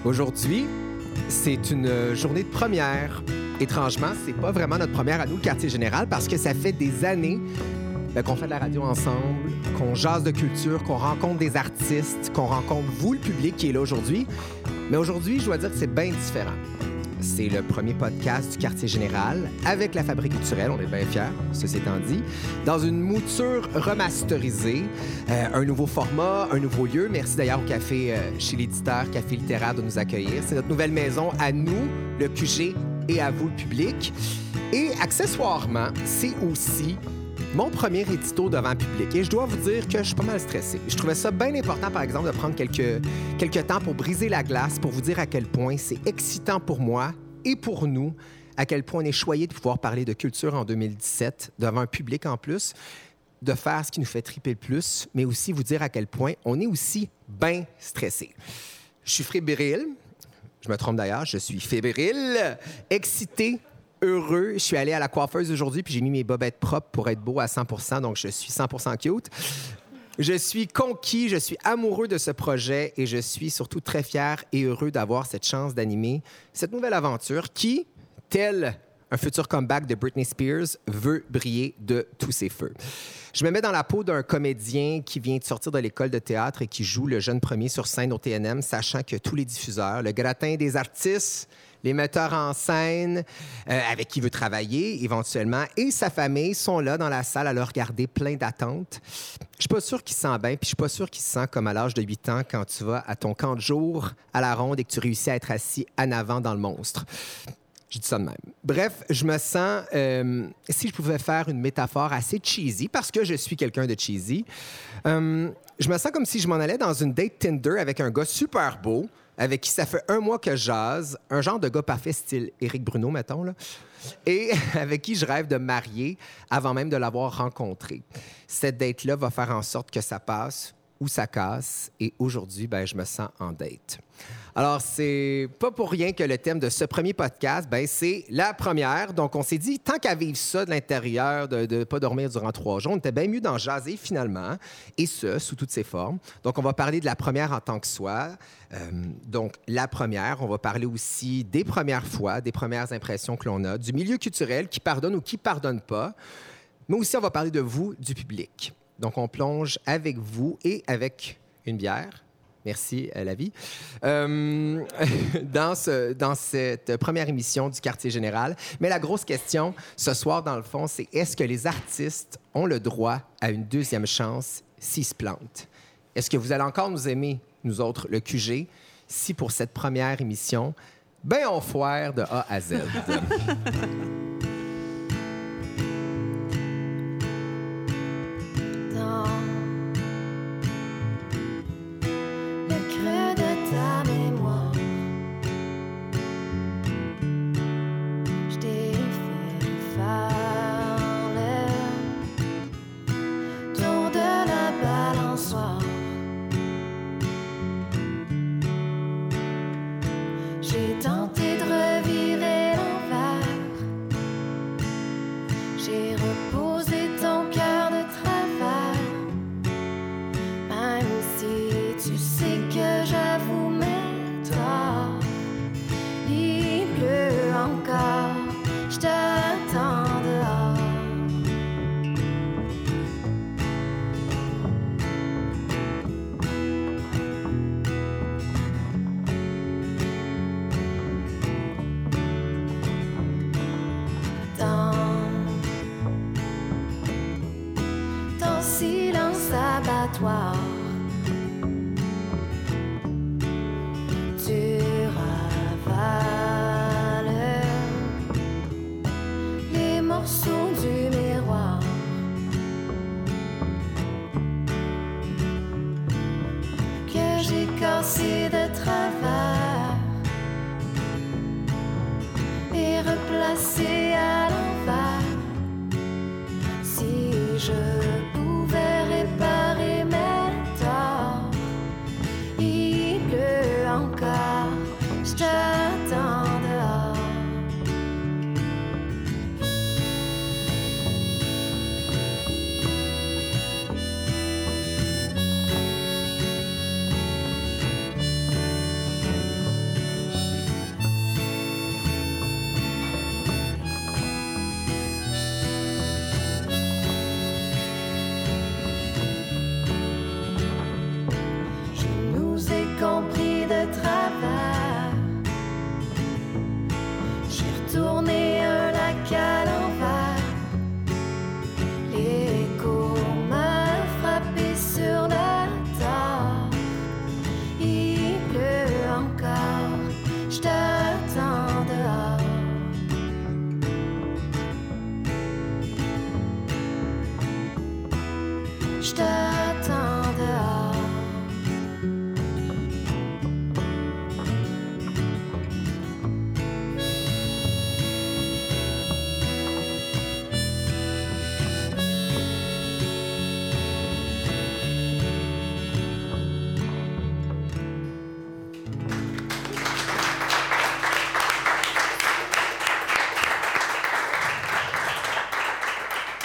Aujourd'hui, c'est une journée de première. Étrangement, c'est pas vraiment notre première à nous, le Quartier Général, parce que ça fait des années qu'on fait de la radio ensemble, qu'on jase de culture, qu'on rencontre des artistes, qu'on rencontre vous, le public qui est là aujourd'hui. Mais aujourd'hui, je dois dire que c'est bien différent. C'est le premier podcast du Quartier Général avec la Fabrique culturelle, on est bien fiers, ceci étant dit, dans une mouture remasterisée, un nouveau format, un nouveau lieu. Merci d'ailleurs au café chez l'éditeur Café littéraire de nous accueillir. C'est notre nouvelle maison à nous, le QG, et à vous, le public. Et accessoirement, c'est aussi mon premier édito devant public. Et je dois vous dire que je suis pas mal stressé. Je trouvais ça bien important, par exemple, de prendre quelques temps pour briser la glace, pour vous dire à quel point c'est excitant pour moi et pour nous, à quel point on est choyé de pouvoir parler de culture en 2017, devant un public en plus, de faire ce qui nous fait triper le plus, mais aussi vous dire à quel point on est aussi bien stressé. Je suis fébrile. Je me trompe d'ailleurs, je suis fébrile, excité, heureux. Je suis allé à la coiffeuse aujourd'hui, puis j'ai mis mes bobettes propres pour être beau à 100 %, donc je suis 100 % cute. Je suis conquis, je suis amoureux de ce projet et je suis surtout très fier et heureux d'avoir cette chance d'animer cette nouvelle aventure qui, tel un futur comeback de Britney Spears, veut briller de tous ses feux. Je me mets dans la peau d'un comédien qui vient de sortir de l'école de théâtre et qui joue le jeune premier sur scène au TNM, sachant que tous les diffuseurs, le gratin des artistes, les metteurs en scène avec qui il veut travailler éventuellement et sa famille sont là dans la salle à le regarder plein d'attentes. Je suis pas sûr qu'il se sent bien, puis je suis pas sûr qu'il se sent comme à l'âge de 8 ans quand tu vas à ton camp de jour à la ronde et que tu réussis à être assis en avant dans le monstre. Je dis ça de même. Bref, je me sens, si je pouvais faire une métaphore assez cheesy, parce que je suis quelqu'un de cheesy, je me sens comme si je m'en allais dans une date Tinder avec un gars super beau, avec qui ça fait 1 mois que je jase, un genre de gars parfait style Éric Bruno, mettons, là, et avec qui je rêve de me marier avant même de l'avoir rencontré. Cette date-là va faire en sorte que ça passe ou ça casse, et aujourd'hui, ben, je me sens en date. Alors, c'est pas pour rien que le thème de ce premier podcast, ben, c'est la première. Donc, on s'est dit, tant qu'à vivre ça de l'intérieur, de ne pas dormir durant 3 jours, on était bien mieux d'en jaser finalement, et ce, sous toutes ses formes. Donc, on va parler de la première en tant que soi. Donc, la première, on va parler aussi des premières fois, des premières impressions que l'on a, du milieu culturel qui pardonne ou qui pardonne pas, mais aussi on va parler de vous, du public. Donc, on plonge avec vous et avec une bière. Merci, la vie. Dans cette première émission du Quartier Général. Mais la grosse question, ce soir, dans le fond, c'est est-ce que les artistes ont le droit à une deuxième chance s'ils se plantent? Est-ce que vous allez encore nous aimer, nous autres, le QG, si pour cette première émission, ben on foire de A à Z? J'ai tenté de revirer l'envers. J'ai reposé ton cœur de travers. Même si tu sais que j'avoue mes torts. Il pleut encore, je t'attends dehors. Silence abattoir. Tu ravales les morceaux du miroir. Que j'ai cassé de travers et replacé à l'envers. Si je réparer mes torts. Il pleut encore, je t'attends dehors.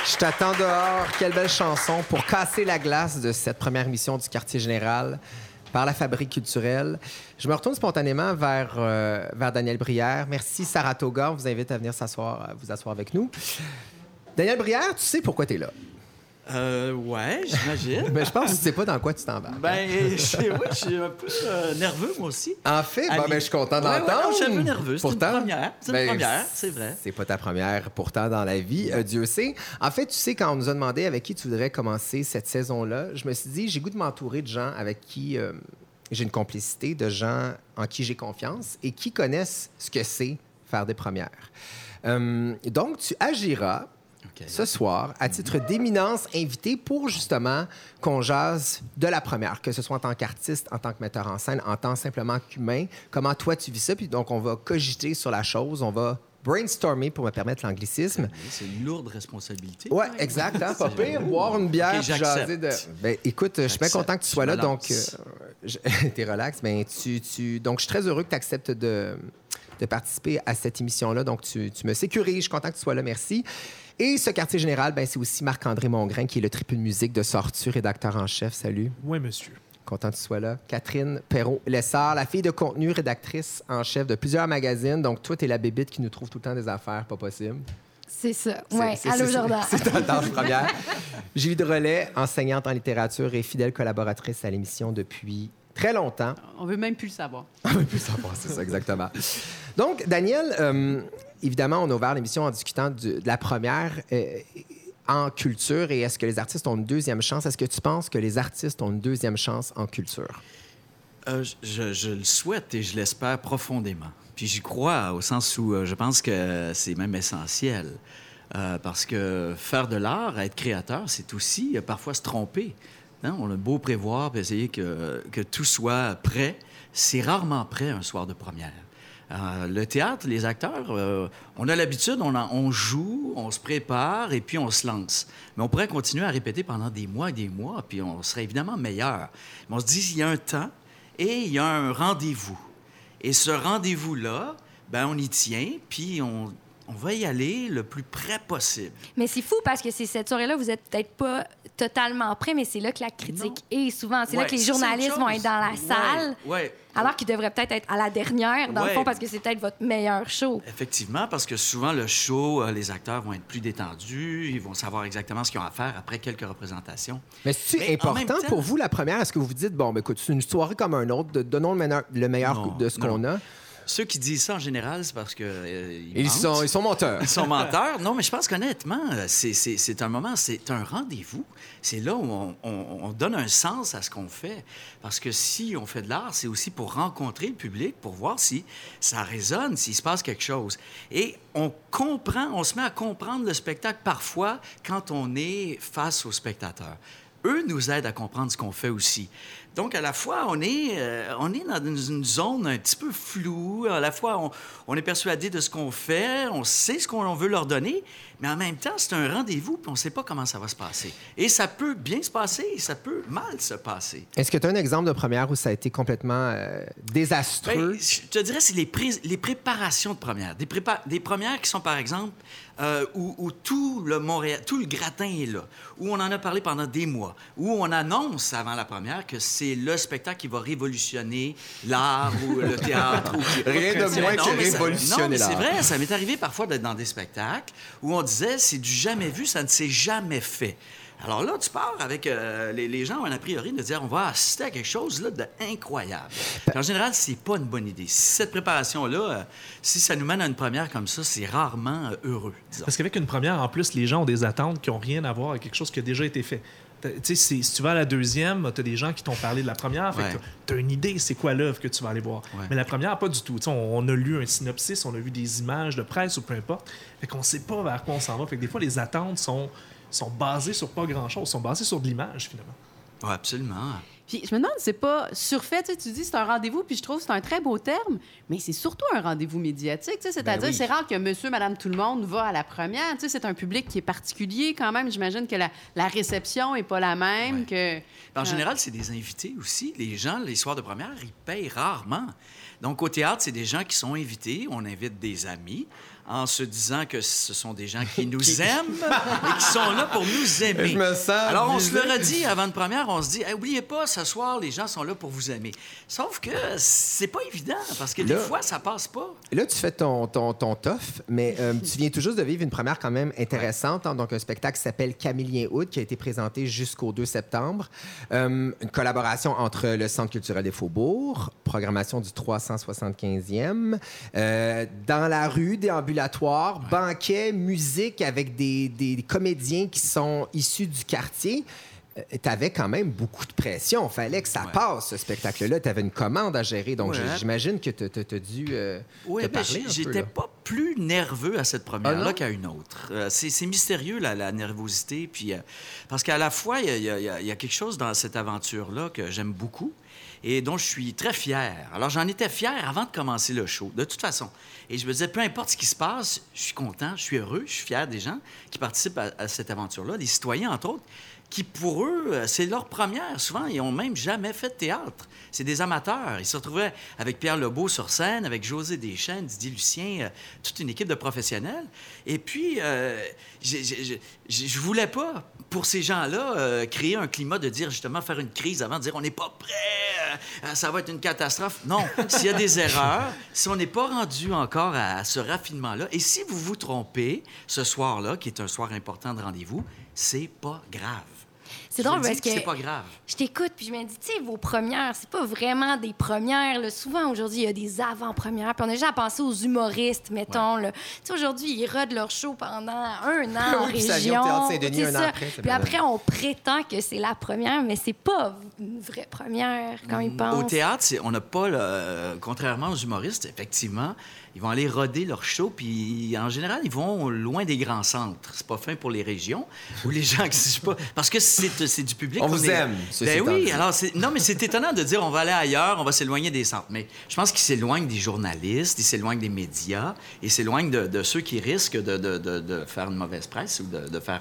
Je t'attends dehors. Quelle belle chanson pour casser la glace de cette première émission du Quartier Général par la Fabrique culturelle. Je me retourne spontanément vers Daniel Brière. Merci, Saratoga. On vous invite à venir vous asseoir avec nous. Daniel Brière, tu sais pourquoi tu es là? Ouais, j'imagine. Mais je pense que tu sais pas dans quoi tu t'embarques. Je suis un peu nerveux, moi aussi. En fait, je suis content d'entendre. Je suis un peu nerveux. C'est une première. C'est vrai. C'est pas ta première, pourtant, dans la vie. Dieu sait. En fait, tu sais, quand on nous a demandé avec qui tu voudrais commencer cette saison-là, je me suis dit, j'ai goût de m'entourer de gens avec qui j'ai une complicité, de gens en qui j'ai confiance et qui connaissent ce que c'est faire des premières. Donc, tu agiras ce soir, à titre d'éminence invité pour justement qu'on jase de la première, que ce soit en tant qu'artiste, en tant que metteur en scène, en tant simplement qu'humain. Comment toi, tu vis ça? Puis donc, on va cogiter sur la chose, on va brainstormer pour me permettre l'anglicisme. C'est une lourde responsabilité. Oui, exact. Hein? Pas pire, boire une bière, puis jaser de... Écoute, je suis bien content que tu sois là, donc... t'es relax. Donc, je suis très heureux que tu acceptes de participer à cette émission-là. Donc, tu me sécurises. Je suis content que tu sois là. Merci. Et ce quartier général, c'est aussi Marc-André Mongrain, qui est le tribune musique de Sortu, rédacteur en chef. Salut. Oui, monsieur. Content que tu sois là. Catherine Perrault-Lessard, la fille de contenu, rédactrice en chef de plusieurs magazines. Donc, toi, t'es la bébite qui nous trouve tout le temps des affaires pas possibles. C'est ça. Oui, allô, Jordan. C'est ta tâche première. Julie Drolet, enseignante en littérature et fidèle collaboratrice à l'émission depuis très longtemps. On veut même plus le savoir. On veut plus le savoir, c'est ça, exactement. Donc, Daniel, évidemment, on a ouvert l'émission en discutant de la première en culture. Et est-ce que les artistes ont une deuxième chance? Est-ce que tu penses que les artistes ont une deuxième chance en culture? Je le souhaite et je l'espère profondément. Puis j'y crois au sens où je pense que c'est même essentiel. Parce que faire de l'art, être créateur, c'est aussi parfois se tromper. Hein? On a beau prévoir et essayer que tout soit prêt. C'est rarement prêt un soir de première. Le théâtre, les acteurs, on a l'habitude, on joue, on se prépare et puis on se lance. Mais on pourrait continuer à répéter pendant des mois et des mois, puis on serait évidemment meilleur. Mais on se dit, il y a un temps et il y a un rendez-vous. Et ce rendez-vous-là, on y tient, puis on va y aller le plus près possible. Mais c'est fou parce que c'est cette soirée-là, vous êtes peut-être pas totalement prêt, mais c'est là que la critique est souvent. C'est là que les journalistes vont être dans la salle, alors qu'ils devraient peut-être être à la dernière, dans le fond, parce que c'est peut-être votre meilleur show. Effectivement, parce que souvent, le show, les acteurs vont être plus détendus, ils vont savoir exactement ce qu'ils ont à faire après quelques représentations. Mais c'est important pour vous, la première? Est-ce que vous vous dites, écoute, c'est une soirée comme un autre, donnons le meilleur de ce qu'on a? Ceux qui disent ça, en général, c'est parce que ils sont menteurs. Ils sont menteurs. Non, mais je pense qu'honnêtement, c'est un moment, c'est un rendez-vous. C'est là où on donne un sens à ce qu'on fait. Parce que si on fait de l'art, c'est aussi pour rencontrer le public, pour voir si ça résonne, s'il se passe quelque chose. Et on se met à comprendre le spectacle parfois quand on est face aux spectateurs. Eux nous aident à comprendre ce qu'on fait aussi. Donc, à la fois, on est dans une zone un petit peu floue. À la fois, on est persuadé de ce qu'on fait, on sait ce qu'on veut leur donner, mais en même temps, c'est un rendez-vous, puis on ne sait pas comment ça va se passer. Et ça peut bien se passer, et ça peut mal se passer. Est-ce que tu as un exemple de première où ça a été complètement désastreux? Je te dirais, c'est les préparations de première. Des premières qui sont, par exemple, où tout le gratin est là, où on en a parlé pendant des mois, où on annonce avant la première que c'est le spectacle qui va révolutionner l'art ou le théâtre. Rien de moins que révolutionner l'art. C'est vrai, ça m'est arrivé parfois d'être dans des spectacles où on disait, c'est du jamais vu, ça ne s'est jamais fait. Alors là, tu pars avec les gens ont un a priori de dire on va assister à quelque chose là, d'incroyable. En général, c'est pas une bonne idée. Cette préparation-là, si ça nous mène à une première comme ça, c'est rarement heureux, disons. Parce qu'avec une première, en plus, les gens ont des attentes qui n'ont rien à voir avec quelque chose qui a déjà été fait. Tu sais, si tu vas à la deuxième, tu as des gens qui t'ont parlé de la première, fait que tu as une idée, c'est quoi l'œuvre que tu vas aller voir. Mais la première, pas du tout. On a lu un synopsis, on a vu des images de presse ou peu importe. Fait qu'on sait pas vers quoi on s'en va. Fait que des fois, les attentes sont basées sur pas grand-chose, sont basées sur de l'image, finalement. Oui, absolument. Puis je me demande, c'est pas surfait, tu dis c'est un rendez-vous, puis je trouve que c'est un très beau terme, mais c'est surtout un rendez-vous médiatique, c'est-à-dire c'est rare que monsieur, madame, tout le monde va à la première, c'est un public qui est particulier quand même, j'imagine que la réception est pas la même que... En général, c'est des invités aussi. Les gens, les soirs de première, ils payent rarement. Donc, au théâtre, c'est des gens qui sont invités. On invite des amis en se disant que ce sont des gens qui nous aiment et qui sont là pour nous aimer. Je me sens Alors, on se le redit avant une première, on se dit, oubliez pas, ce soir, les gens sont là pour vous aimer. Sauf que c'est pas évident, parce que des fois, ça passe pas. Là, tu fais ton tough, mais tu viens tout juste de vivre une première quand même intéressante. Donc, un spectacle qui s'appelle Camillien Août, qui a été présenté jusqu'au 2 septembre. Une collaboration entre le Centre culturel des Faubourgs, programmation du 375e, dans la rue, déambulatoire, banquet, musique avec des comédiens qui sont issus du quartier. Tu avais quand même beaucoup de pression. Il fallait que ça passe, ce spectacle-là. Tu avais une commande à gérer. Donc, j'imagine que tu as dû te parler j'étais pas plus nerveux à cette première-là qu'à une autre. C'est mystérieux, la nervosité. Puis, parce qu'à la fois, il y a quelque chose dans cette aventure-là que j'aime beaucoup et dont je suis très fier. Alors, j'en étais fier avant de commencer le show, de toute façon. Et je me disais, peu importe ce qui se passe, je suis content, je suis heureux, je suis fier des gens qui participent à cette aventure-là, des citoyens, entre autres, qui, pour eux, c'est leur première. Souvent, ils n'ont même jamais fait de théâtre. C'est des amateurs. Ils se retrouvaient avec Pierre Lebeau sur scène, avec José Deschênes, Didier Lucien, toute une équipe de professionnels. Et puis, je voulais pas, pour ces gens-là, créer un climat de dire, justement, faire une crise avant de dire, on n'est pas prêt, ça va être une catastrophe. Non, s'il y a des erreurs, si on n'est pas rendu encore à ce raffinement-là, et si vous vous trompez ce soir-là, qui est un soir important de rendez-vous, c'est pas grave. C'est drôle parce que c'est pas grave. Je t'écoute puis je me dis, tu sais, vos premières, c'est pas vraiment des premières. Là. Souvent, aujourd'hui, il y a des avant-premières. Puis on a déjà pensé aux humoristes, mettons. Tu sais, aujourd'hui, ils rodent leur show pendant 1 an en région. Ça vient au Théâtre Saint-Denis un an après. Puis après, on prétend que c'est la première, mais c'est pas une vraie première quand ils pensent. Au théâtre, on n'a pas, contrairement aux humoristes, effectivement, ils vont aller roder leur show, puis en général, ils vont loin des grands centres. C'est pas fin pour les régions ou les gens qui... Je sais pas, parce que c'est du public. On vous aime. Ben oui, alors non, mais c'est étonnant de dire on va aller ailleurs, on va s'éloigner des centres. Mais je pense qu'ils s'éloignent des journalistes, ils s'éloignent des médias, ils s'éloignent de ceux qui risquent de faire une mauvaise presse ou de faire...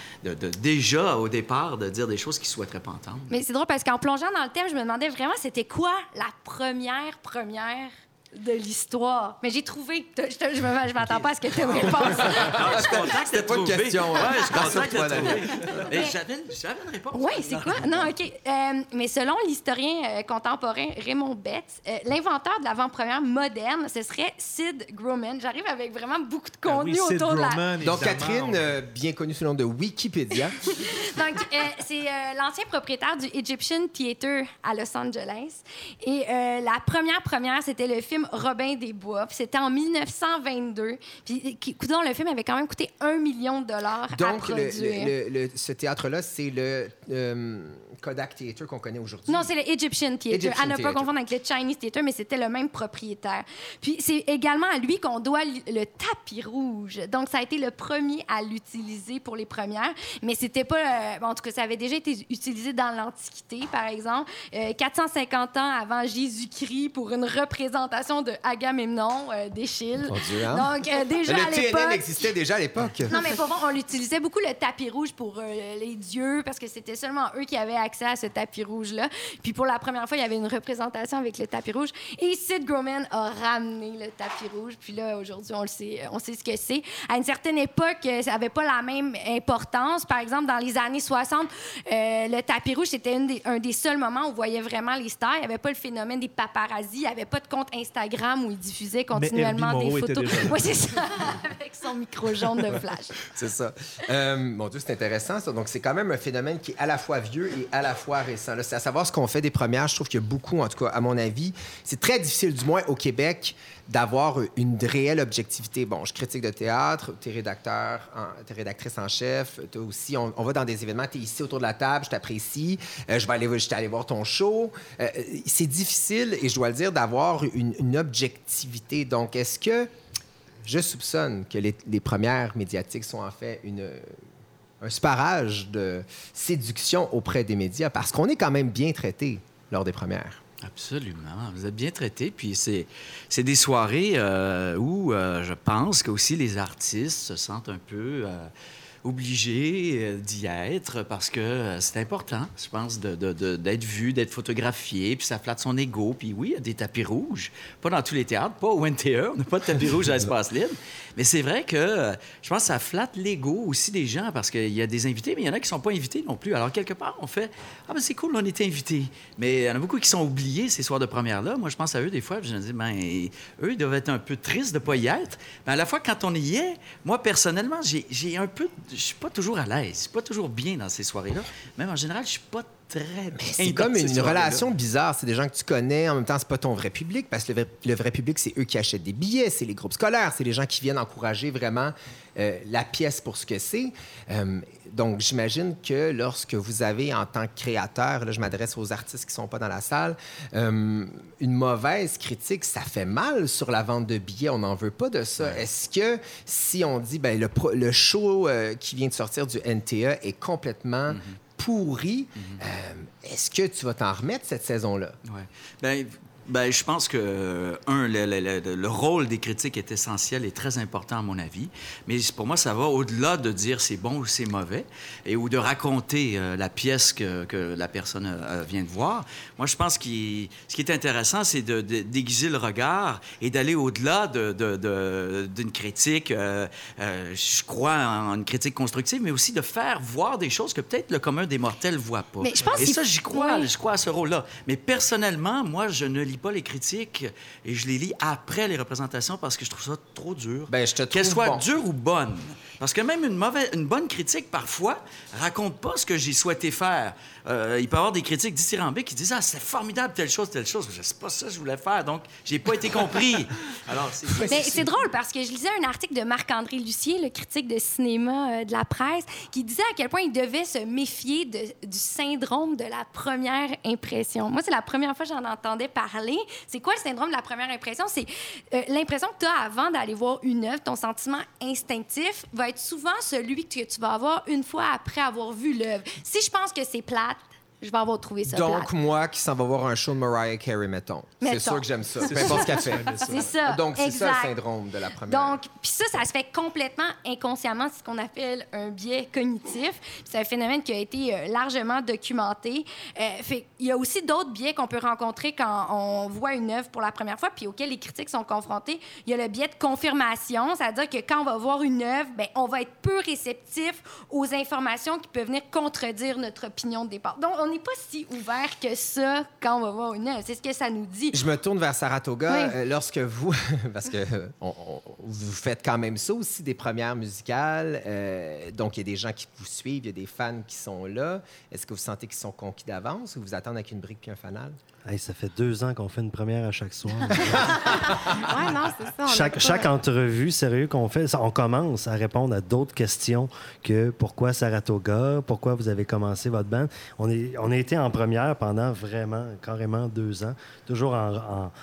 déjà, au départ, de dire des choses qu'ils ne souhaiteraient pas entendre. Mais c'est drôle parce qu'en plongeant dans le thème, je me demandais vraiment c'était quoi la première de l'histoire. Mais j'ai trouvé... Je m'attends pas à ce que tu aies une réponse. Je suis content que c'était pas une question. Ouais, je suis content que tu aies trouvé. Mais j'avais une réponse. Oui, c'est quoi? Non, OK. Mais selon l'historien contemporain Raymond Betts, l'inventeur de l'avant-première moderne, ce serait Sid Grauman. J'arrive avec vraiment beaucoup de contenu autour de la... Donc, Catherine, bien connue sous le nom de Wikipédia. Donc, c'est l'ancien propriétaire du Egyptian Theatre à Los Angeles. Et la première, c'était le film Robin des Bois. Puis c'était en 1922. Puis, coudonc, le film avait quand même coûté $1 million à produire. Donc, ce théâtre-là, c'est le Kodak Theatre qu'on connaît aujourd'hui. Non, c'est le Egyptian Theatre. À ne pas confondre avec le Chinese Theatre, mais c'était le même propriétaire. Puis c'est également à lui qu'on doit le tapis rouge. Donc, ça a été le premier à l'utiliser pour les premières. Mais c'était pas... en tout cas, ça avait déjà été utilisé dans l'Antiquité, par exemple. 450 ans avant Jésus-Christ pour une représentation de Agamemnon d'Échille. Donc, déjà à l'époque... Le TNM existait déjà à l'époque. Non, mais pour voir, on l'utilisait beaucoup, le tapis rouge, pour les dieux, parce que c'était seulement eux qui avaient accès à ce tapis rouge-là. Puis pour la première fois, il y avait une représentation avec le tapis rouge. Et Sid Grauman a ramené le tapis rouge. Puis là, aujourd'hui, on sait ce que c'est. À une certaine époque, ça n'avait pas la même importance. Par exemple, dans les années 60, le tapis rouge, c'était un des seuls moments où on voyait vraiment les stars. Il n'y avait pas le phénomène des paparazzis. Il n'y avait pas de compte Instagram où il diffusait continuellement des photos. Oui, c'est ça, avec son micro jaune de flash. C'est ça. Mon Dieu, c'est intéressant, ça. Donc, c'est quand même un phénomène qui est à la fois vieux et à la fois récent. Là, c'est à savoir ce qu'on fait des premières. Je trouve qu'il y a beaucoup, en tout cas, à mon avis. C'est très difficile, du moins au Québec, d'avoir une réelle objectivité. Bon, je critique de théâtre, t'es rédactrice en chef, t'es aussi, on va dans des événements, t'es ici autour de la table, je t'apprécie, j'étais allé voir ton show. C'est difficile, et je dois le dire, d'avoir une objectivité. Donc, est-ce que je soupçonne que les premières médiatiques sont en fait barrage de séduction auprès des médias parce qu'on est quand même bien traité lors des premières. Absolument. Vous êtes bien traité. Puis c'est des soirées où je pense qu'aussi les artistes se sentent un peu obligés d'y être parce que c'est important, je pense, d'être vu, d'être photographié, puis ça flatte son ego. Puis oui, il y a des tapis rouges. Pas dans tous les théâtres, pas au NTE, on n'a pas de tapis rouge à l'espace libre. Mais c'est vrai que je pense que ça flatte l'ego aussi des gens parce qu'il y a des invités, mais il y en a qui ne sont pas invités non plus. Alors, quelque part, on fait « Ah, ben c'est cool, on était invités. » Mais il y en a beaucoup qui sont oubliés ces soirs de première-là. Moi, je pense à eux des fois, puis je me dis « Ben, eux, ils doivent être un peu tristes de ne pas y être. » Mais à la fois, quand on y est, moi, personnellement, j'ai un peu... Je suis pas toujours à l'aise. Je suis pas toujours bien dans ces soirées-là. Même en général, je suis pas très bien. C'est comme une relation bizarre. C'est des gens que tu connais. En même temps, c'est pas ton vrai public parce que le vrai public, c'est eux qui achètent des billets, c'est les groupes scolaires, c'est les gens qui viennent encourager vraiment la pièce pour ce que c'est. Donc, j'imagine que lorsque vous avez, en tant que créateur, là, je m'adresse aux artistes qui sont pas dans la salle, une mauvaise critique, ça fait mal sur la vente de billets. On n'en veut pas de ça. Ouais. Est-ce que si on dit, ben le show qui vient de sortir du NTE est complètement pourri, est-ce que tu vas t'en remettre cette saison-là? Oui. Ben, je pense que, le rôle des critiques est essentiel et très important, à mon avis. Mais pour moi, ça va au-delà de dire c'est bon ou c'est mauvais ou de raconter la pièce que la personne vient de voir. Moi, je pense que ce qui est intéressant, c'est de déguiser le regard et d'aller au-delà d'une critique. Je crois en une critique constructive, mais aussi de faire voir des choses que peut-être le commun des mortels ne voit pas. Mais je pense j'y crois. Oui. Je crois à ce rôle-là. Mais personnellement, moi, je ne lis pas les critiques et je les lis après les représentations parce que je trouve ça trop dur. Ben, je te trouve qu'elle soit bon. dure ou bonne. Parce que même une bonne critique, parfois, raconte pas ce que j'ai souhaité faire. Il peut y avoir des critiques dithyrambiques qui disent « Ah, c'est formidable, telle chose. » C'est pas ça que je voulais faire, donc j'ai pas été compris. Alors, c'est drôle parce que je lisais un article de Marc-André Lucier, le critique de cinéma de la presse, qui disait à quel point il devait se méfier du syndrome de la première impression. Moi, c'est la première fois que j'en entendais parler. C'est quoi le syndrome de la première impression? C'est l'impression que tu as avant d'aller voir une œuvre. Ton sentiment instinctif va être souvent celui que tu vas avoir une fois après avoir vu l'œuvre. Si je pense que c'est plate, je vais avoir trouvé ça Donc, plate. moi qui s'en va voir un show de Mariah Carey, mettons. C'est sûr que j'aime ça. Peu importe ce qu'elle fait. C'est ça. Donc, c'est ça le syndrome de la première. Donc, puis ça se fait complètement inconsciemment. C'est ce qu'on appelle un biais cognitif. C'est un phénomène qui a été largement documenté. Il y a aussi d'autres biais qu'on peut rencontrer quand on voit une œuvre pour la première fois, puis auxquels les critiques sont confrontés. Il y a le biais de confirmation, c'est-à-dire que quand on va voir une œuvre, bien, on va être peu réceptif aux informations qui peuvent venir contredire notre opinion de départ. Donc, on n'est pas si ouvert que ça quand on va voir une œuvre. C'est ce que ça nous dit. Je me tourne vers Saratoga. Oui. Lorsque vous... parce que vous faites quand même ça aussi, des premières musicales. Donc, il y a des gens qui vous suivent, il y a des fans qui sont là. Est-ce que vous sentez qu'ils sont conquis d'avance ou vous attendez avec une brique puis un fanal? Hey, ça fait 2 ans qu'on fait une première à chaque soir. Ouais, non, c'est ça. Chaque entrevue, sérieux, qu'on fait, on commence à répondre à d'autres questions que pourquoi Saratoga, pourquoi vous avez commencé votre band. On a été en première pendant vraiment, carrément 2 ans, toujours pas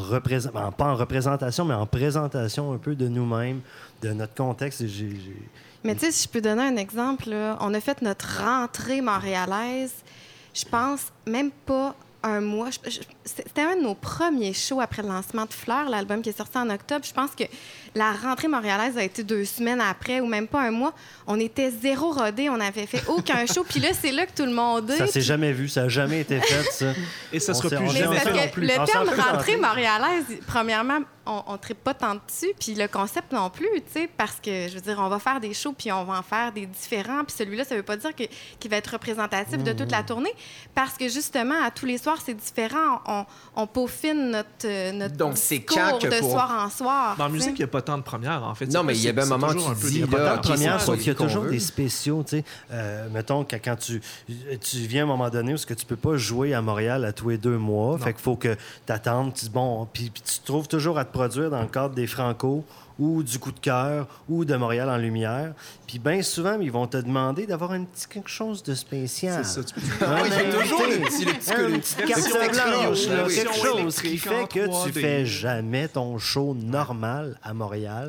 en représentation, mais en présentation un peu de nous-mêmes, de notre contexte. Mais tu sais, si je peux donner un exemple, là, on a fait notre rentrée montréalaise, je pense, même pas un mois. C'était un de nos premiers shows après le lancement de Fleurs, l'album qui est sorti en octobre. Je pense que la rentrée montréalaise a été 2 semaines après ou même pas un mois. On était 0 rodés, on n'avait fait aucun show. Puis là, c'est là que tout le monde est. Ça s'est jamais vu, ça n'a jamais été fait, ça. Et ça sera plus jamais fait non plus. Le terme rentrée montréalaise, premièrement, on ne tripe pas tant dessus, puis le concept non plus, tu sais, parce que, je veux dire, on va faire des shows, puis on va en faire des différents, puis celui-là, ça veut pas dire qu'il va être représentatif de toute la tournée, parce que, justement, à tous les soirs, c'est différent. On peaufine notre Donc, discours de soir en soir. Dans la musique, il n'y a pas tant de premières, en fait. Non, mais il y a bien un moment où tu dis... Il n'y a pas tant de premières, sauf qu'il y a toujours veut. des spéciaux, tu sais. Mettons, quand tu viens à un moment donné où tu ne peux pas jouer à Montréal à tous les 2 mois, fait qu'il faut que tu attendes, tu dis, bon, puis tu trouves toujours à te produire dans le cadre des Franco ou du Coup de cœur ou de Montréal en lumière. Puis bien souvent, ils vont te demander d'avoir un petit quelque chose de spécial. C'est ça, tu peux toujours le petit carte blanche, oui. quelque chose qui fait que tu fais jamais ton show normal à Montréal.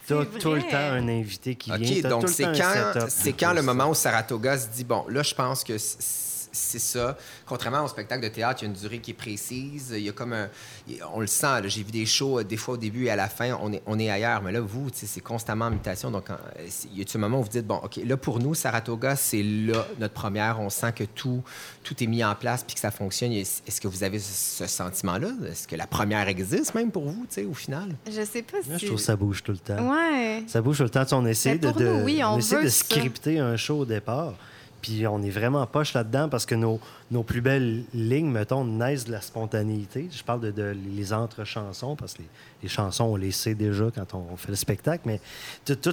tu as tout le temps un invité qui vient. OK, donc c'est quand le moment où Saratoga se dit, bon, là, je pense que c'est ça. Contrairement au spectacle de théâtre, il y a une durée qui est précise. Il y a comme on le sent. Là, j'ai vu des shows, des fois au début et à la fin, on est ailleurs. Mais là, vous, c'est constamment en mutation. Donc, il y a un moment où vous dites, bon, OK, là, pour nous, Saratoga, c'est là notre première. On sent que tout est mis en place puis que ça fonctionne. Est-ce que vous avez ce sentiment-là? Est-ce que la première existe même pour vous, au final? Je sais pas si... Moi, je trouve que ça bouge tout le temps. Ouais. Ça bouge tout le temps. On essaie on essaie de scripter un show au départ. Puis on est vraiment poche là-dedans parce que nos plus belles lignes, mettons, naissent de la spontanéité. Je parle de les entre-chansons parce que les chansons, on les sait déjà quand on fait le spectacle, mais tout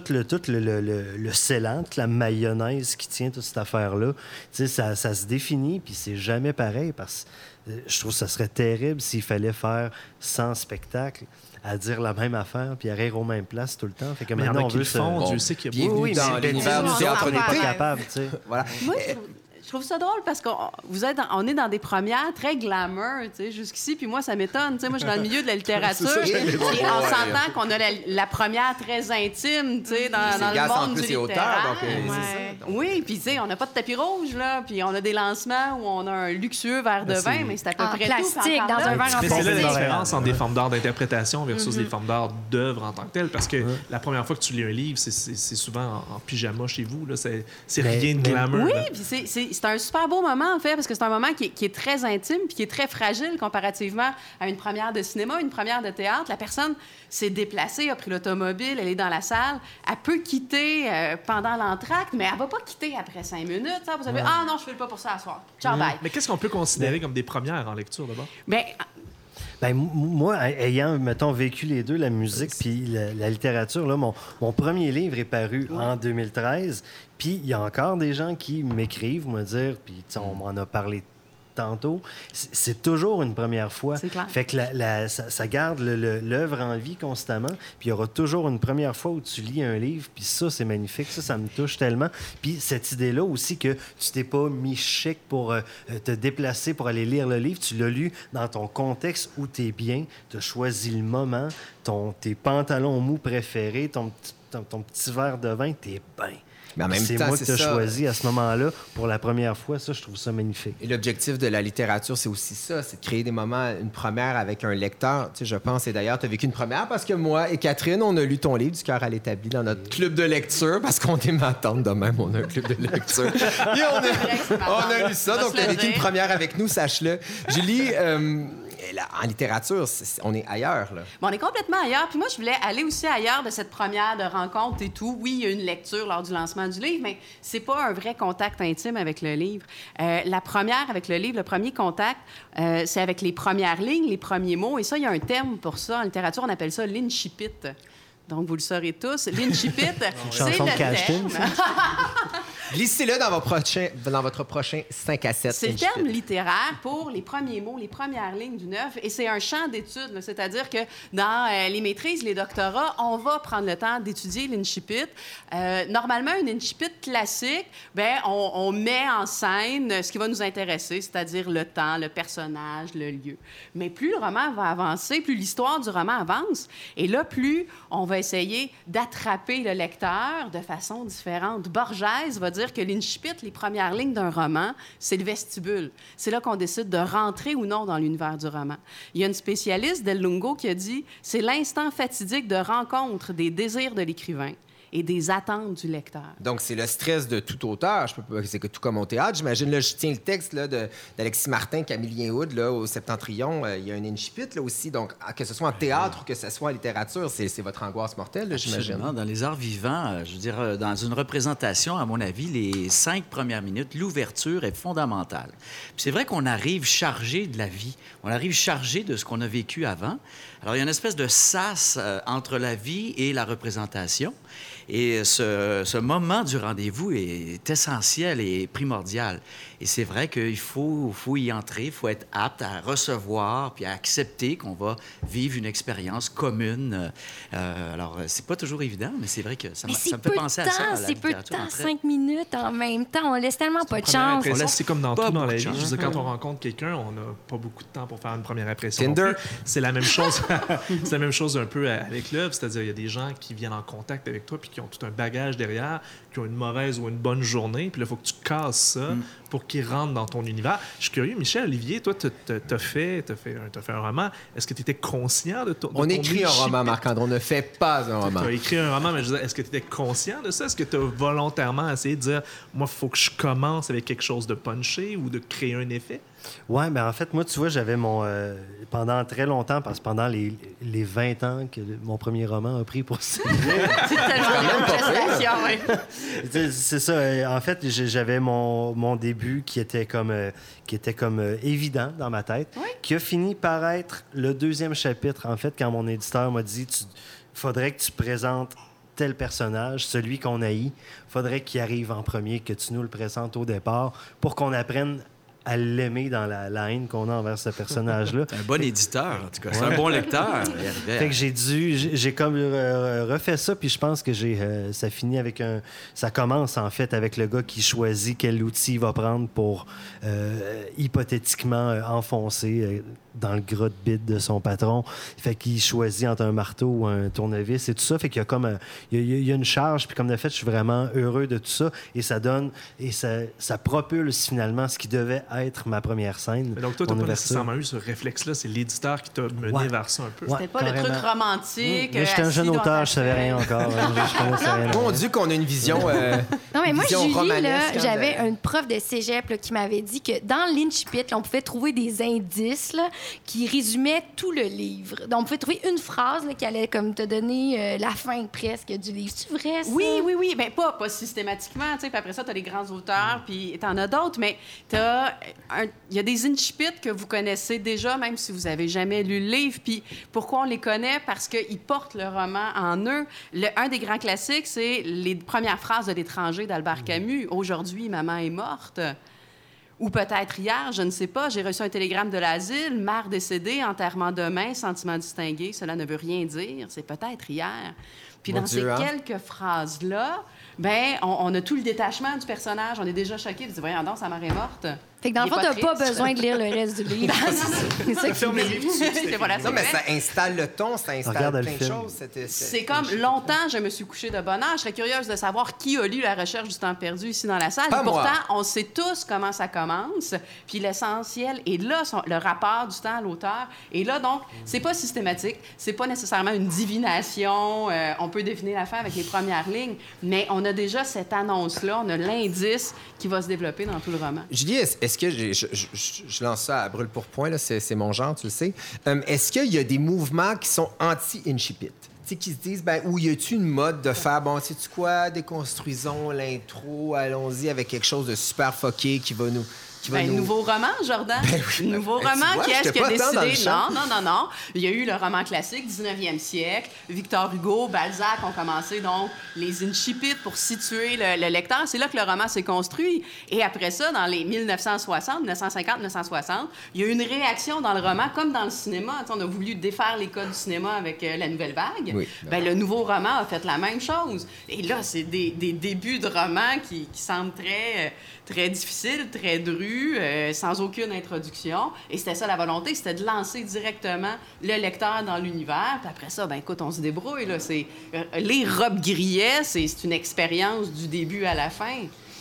le scellant, toute la mayonnaise qui tient toute cette affaire-là, ça se définit, puis c'est jamais pareil parce que je trouve que ça serait terrible s'il fallait faire 100 spectacles à dire la même affaire puis à rire aux mêmes places tout le temps. Fait que maintenant, on veut Dieu sait qu'il y a beaucoup dans l'univers du théâtre. On n'est pas capable, tu sais. Voilà. Moi, je trouve ça drôle parce qu'on est dans des premières très glamour, tu sais, jusqu'ici, puis moi, ça m'étonne. Tu sais, moi, je suis dans le milieu de la littérature, et on s'entend qu'on a la première très intime, tu sais, dans le monde du littéraire. Oui, puis tu sais, on n'a pas de tapis rouge, là, puis on a des lancements où on a un luxueux verre de vin, mais c'est à peu près plastique, tout. dans un verre en plastique. plastique. C'est là la différence entre des formes d'art d'interprétation versus des formes d'art d'œuvre en tant que telles, parce que la première fois que tu lis un livre, c'est souvent en pyjama chez vous, là, c'est rien de glamour. Oui, puis c'est un super beau moment, en fait, parce que c'est un moment qui est très intime puis qui est très fragile comparativement à une première de cinéma, une première de théâtre. La personne s'est déplacée, a pris l'automobile, elle est dans la salle. Elle peut quitter pendant l'entracte, mais elle va pas quitter après 5 minutes. Vous savez, ah non, je file pas pour ça à soir. Ciao, bye. Mais qu'est-ce qu'on peut considérer comme des premières en lecture, d'abord? Ben, moi, ayant, mettons, vécu les deux, la musique puis la littérature, là, mon premier livre est paru en 2013, puis il y a encore des gens qui m'écrivent, me dire, puis on m'en a parlé tantôt, c'est toujours une première fois. C'est clair. Fait que ça garde l'œuvre en vie constamment, puis il y aura toujours une première fois où tu lis un livre, puis ça, c'est magnifique, ça me touche tellement. Puis cette idée-là aussi que tu t'es pas mis chic pour te déplacer pour aller lire le livre, tu l'as lu dans ton contexte où tu es bien, tu as choisi le moment, tes pantalons mous préférés, ton petit verre de vin, t'es bien. Mais en même c'est temps, moi qui t'ai choisi à ce moment-là pour la première fois. Ça, je trouve ça magnifique. Et l'objectif de la littérature, c'est aussi ça, c'est de créer des moments, une première avec un lecteur. Tu sais, je pense, et d'ailleurs, tu as vécu une première parce que moi et Catherine, on a lu ton livre, Du cœur à l'établi, dans notre club de lecture, parce qu'on est ma tante de même, on a un club de lecture. Et on a lu ça, donc tu as vécu une première avec nous, sache-le. Julie, en littérature, on est ailleurs, là. Bon, on est complètement ailleurs. Puis moi, je voulais aller aussi ailleurs de cette première de rencontre et tout. Oui, il y a une lecture lors du lancement du livre, mais c'est pas un vrai contact intime avec le livre. La première avec le livre, le premier contact, c'est avec les premières lignes, les premiers mots. Et ça, il y a un terme pour ça. En littérature, on appelle ça l'incipit. Donc, vous le saurez tous. L'incipit, c'est le thème. Glissez-le dans votre prochain 5 à 7. C'est le terme littéraire pour les premiers mots, les premières lignes d'une œuvre. Et c'est un champ d'étude. Là. C'est-à-dire que dans les maîtrises, les doctorats, on va prendre le temps d'étudier l'incipit. Normalement, un incipit classique, on met en scène ce qui va nous intéresser, c'est-à-dire le temps, le personnage, le lieu. Mais plus le roman va avancer, plus l'histoire du roman avance. Et là, plus on va essayer d'attraper le lecteur de façon différente. Borges va dire que l'incipit, les premières lignes d'un roman, c'est le vestibule. C'est là qu'on décide de rentrer ou non dans l'univers du roman. Il y a une spécialiste, Del Lungo, qui a dit « C'est l'instant fatidique de rencontre des désirs de l'écrivain et des attentes du lecteur. » Donc, c'est le stress de tout auteur. C'est tout comme au théâtre. J'imagine, là, je tiens le texte là, d'Alexis Martin, Camillien Hood, là, au Septentrion. Il y a un incipit là, aussi. Donc, que ce soit en théâtre ou que ce soit en littérature, c'est votre angoisse mortelle, là, j'imagine. Absolument. Dans les arts vivants, je veux dire, dans une représentation, à mon avis, les 5 premières minutes, l'ouverture est fondamentale. Puis c'est vrai qu'on arrive chargé de la vie. On arrive chargé de ce qu'on a vécu avant. Alors, il y a une espèce de sas entre la vie et la représentation. Et ce moment du rendez-vous est essentiel et primordial. Et c'est vrai qu'il faut y entrer, il faut être apte à recevoir puis à accepter qu'on va vivre une expérience commune. Alors, c'est pas toujours évident, mais c'est vrai que ça me fait penser à ça. C'est peu de temps, 5 minutes en même temps. On laisse tellement pas de chance. C'est comme dans tout dans la vie. Je veux dire, quand on rencontre quelqu'un, on n'a pas beaucoup de temps pour faire une première impression. Tinder. C'est la même chose. C'est la même chose un peu avec l'œuvre. C'est-à-dire, il y a des gens qui viennent en contact avec toi puis qui ont tout un bagage derrière, qui ont une mauvaise ou une bonne journée. Puis là, il faut que tu casses ça pour qu'ils rentrent dans ton univers. Je suis curieux, Michel, Olivier, toi, t'as fait un roman. Est-ce que tu étais conscient de ton On écrit un roman, Marc-André. On ne fait pas un roman. Tu as écrit un roman, mais je veux dire, est-ce que tu étais conscient de ça? Est-ce que tu as volontairement essayé de dire, moi, il faut que je commence avec quelque chose de punché ou de créer un effet? Oui, bien en fait, moi, tu vois, j'avais pendant très longtemps, parce que pendant les 20 ans que mon premier roman a pris pour ça. C'est tellement une prestation, oui. C'est ça. En fait, j'avais mon début qui était comme évident dans ma tête, qui a fini par être le deuxième chapitre, en fait, quand mon éditeur m'a dit « faudrait que tu présentes tel personnage, celui qu'on haït, faudrait qu'il arrive en premier, que tu nous le présentes au départ, pour qu'on apprenne à l'aimer dans la haine qu'on a envers ce personnage-là. » C'est un bon éditeur, en tout cas. C'est un bon lecteur. Fait que j'ai comme refait ça, puis je pense que ça finit avec ça commence, en fait, avec le gars qui choisit quel outil il va prendre pour hypothétiquement enfoncer dans le gras de bite de son patron. Fait qu'il choisit entre un marteau ou un tournevis et tout ça. Fait qu'il y a comme il y a une charge, puis comme de fait, je suis vraiment heureux de tout ça. Et ça donne, et ça propulse finalement ce qui devait être ma première scène. Mais donc toi, tu n'as pas nécessairement eu ce réflexe-là. C'est l'éditeur qui t'a mené vers ça un peu. C'était pas le truc romantique. Mais j'étais un jeune auteur, je savais rien encore. Je connaissais rien. Mon Dieu, qu'on a une vision non, mais moi, Julie, là, j'avais une prof de cégep là, qui m'avait dit que dans l'incipit, on pouvait trouver des indices là, qui résumait tout le livre. Donc, on pouvait trouver une phrase là, qui allait comme te donner la fin presque du livre. C'est vrai, ça? Oui. Ben, pas systématiquement. Puis après ça, tu as les grands auteurs, puis tu en as d'autres, mais il y a des incipits que vous connaissez déjà, même si vous n'avez jamais lu le livre. Puis pourquoi on les connaît? Parce qu'ils portent le roman en eux. Un des grands classiques, c'est les premières phrases de L'étranger d'Albert Camus. « Aujourd'hui, maman est morte ». Ou peut-être hier, je ne sais pas, j'ai reçu un télégramme de l'asile, mère décédée, enterrement demain, sentiment distingué, cela ne veut rien dire, c'est peut-être hier. Puis dans ces quelques phrases-là, ben on a tout le détachement du personnage, on est déjà choqué, on se dit, voyons donc, sa mère est morte. Fait que dans le fond, t'as pas besoin de lire le reste du livre. C'est ça qui ferme le livre. Non, mais ça installe le ton, ça installe plein de choses. C'est comme longtemps, je me suis couchée de bonne heure. Je serais curieuse de savoir qui a lu La recherche du temps perdu ici dans la salle. Pas pourtant, moi. On sait tous comment ça commence. Puis l'essentiel est là, le rapport du temps à l'auteur. Et là, donc, c'est pas systématique. C'est pas nécessairement une divination. On peut deviner la fin avec les premières lignes. Mais on a déjà cette annonce-là. On a l'indice qui va se développer dans tout le roman. Julie, est-ce que je lance ça à brûle-pourpoint, là, c'est mon genre, tu le sais. Est-ce qu'il y a des mouvements qui sont anti-incipit? Qui se disent, où y a-tu une mode de faire, sais-tu quoi, déconstruisons l'intro, allons-y avec quelque chose de super fucké qui va nous... Nouveau roman, Jordan. Oui. Nouveau roman, qui est-ce qui a décidé? Non. Il y a eu le roman classique, 19e siècle. Victor Hugo, Balzac ont commencé, donc, les incipits pour situer le lecteur. C'est là que le roman s'est construit. Et après ça, dans les 1960, 1950, 1960, il y a eu une réaction dans le roman, comme dans le cinéma. On a voulu défaire les codes du cinéma avec la Nouvelle Vague. Oui. Le nouveau roman a fait la même chose. Et là, c'est des débuts de roman qui semblent très difficiles, très drus, sans aucune introduction. Et c'était ça la volonté, c'était de lancer directement le lecteur dans l'univers. Puis après ça, écoute, on se débrouille. Là. Lire Rob Grillet, c'est une expérience du début à la fin.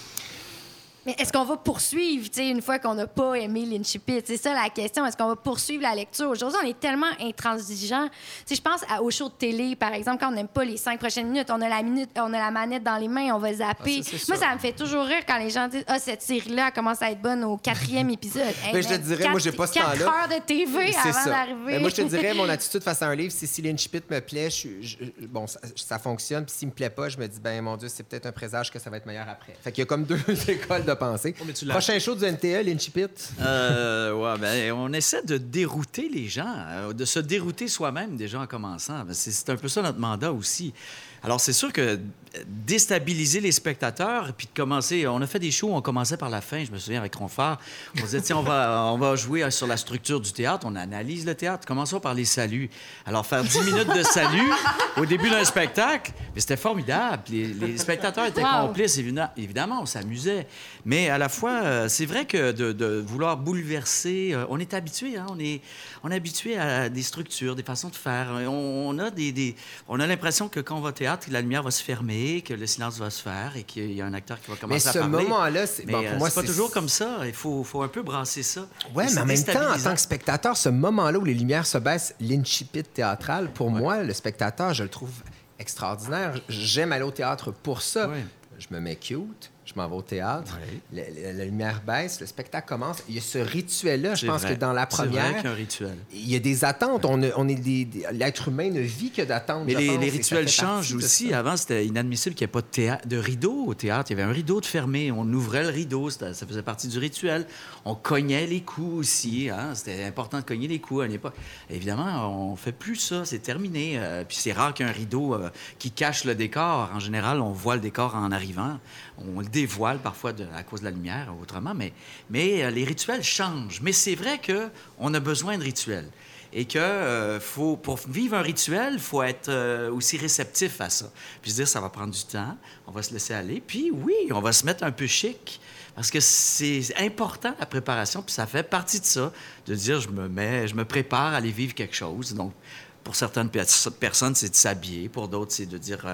Mais est-ce qu'on va poursuivre, une fois qu'on n'a pas aimé l'incipit? C'est ça la question. Est-ce qu'on va poursuivre la lecture? Aujourd'hui, on est tellement intransigeant. Je pense au show de télé, par exemple, quand on n'aime pas les 5 prochaines minutes, on a la manette dans les mains, on va zapper. Moi, ça me fait toujours rire quand les gens disent « Ah, cette série-là commence à être bonne au 4e épisode. » Mais je te dirais, moi, j'ai pas ce temps-là. 4 heures de TV avant d'arriver. Mais moi, je te dirais, mon attitude face à un livre, c'est si l'incipit me plaît, ça fonctionne. Puis s'il me plaît pas, je me dis, mon Dieu, c'est peut-être un présage que ça va être meilleur après. Fait qu'il y a comme 2 écoles de pensée. Prochain show du NTE, l'incipit? On essaie de dérouter les gens, de se dérouter soi-même déjà en commençant. C'est un peu ça notre mandat aussi. Alors, c'est sûr que déstabiliser les spectateurs, puis de commencer... On a fait des shows où on commençait par la fin, je me souviens, avec Ronfort. On disait, tiens, on va jouer sur la structure du théâtre, on analyse le théâtre, commençons par les saluts. Alors, faire 10 minutes de salut au début d'un spectacle, mais c'était formidable. Les spectateurs étaient complices, évidemment, on s'amusait. Mais à la fois, c'est vrai que de vouloir bouleverser... on est habitué, hein, on est habitué à des structures, des façons de faire. On a l'impression que quand on va au théâtre, la lumière va se fermer, que le silence va se faire et qu'il y a un acteur qui va commencer à parler. Mais ce moment-là, pour moi, c'est pas toujours comme ça. Il faut un peu brasser ça. Oui, mais en même temps, en tant que spectateur, ce moment-là où les lumières se baissent, l'incipit théâtral, pour moi, le spectateur, je le trouve extraordinaire. J'aime aller au théâtre pour ça. Ouais. Je me mets cute. Je m'en vais au théâtre, la lumière baisse, le spectacle commence. Il y a ce rituel-là. Je pense que dans la première... C'est vrai qu'il y a un rituel. Il y a des attentes. L'être humain ne vit que d'attentes. Mais les rituels changent aussi. Avant, c'était inadmissible qu'il n'y ait pas de rideau au théâtre. Il y avait un rideau de fermé. On ouvrait le rideau. Ça faisait partie du rituel. On cognait les coups aussi. Hein? C'était important de cogner les coups à l'époque. Évidemment, on ne fait plus ça. C'est terminé. Puis c'est rare qu'il y ait un rideau qui cache le décor. En général, on voit le décor en arrivant. On le dévoile parfois à cause de la lumière, autrement, mais les rituels changent. Mais c'est vrai qu'on a besoin de rituels. Et que pour vivre un rituel, il faut être aussi réceptif à ça. Puis se dire, ça va prendre du temps, on va se laisser aller. Puis oui, on va se mettre un peu chic, parce que c'est important, la préparation, puis ça fait partie de ça, de dire, je me prépare à aller vivre quelque chose. Donc, pour certaines personnes, c'est de s'habiller. Pour d'autres, c'est de dire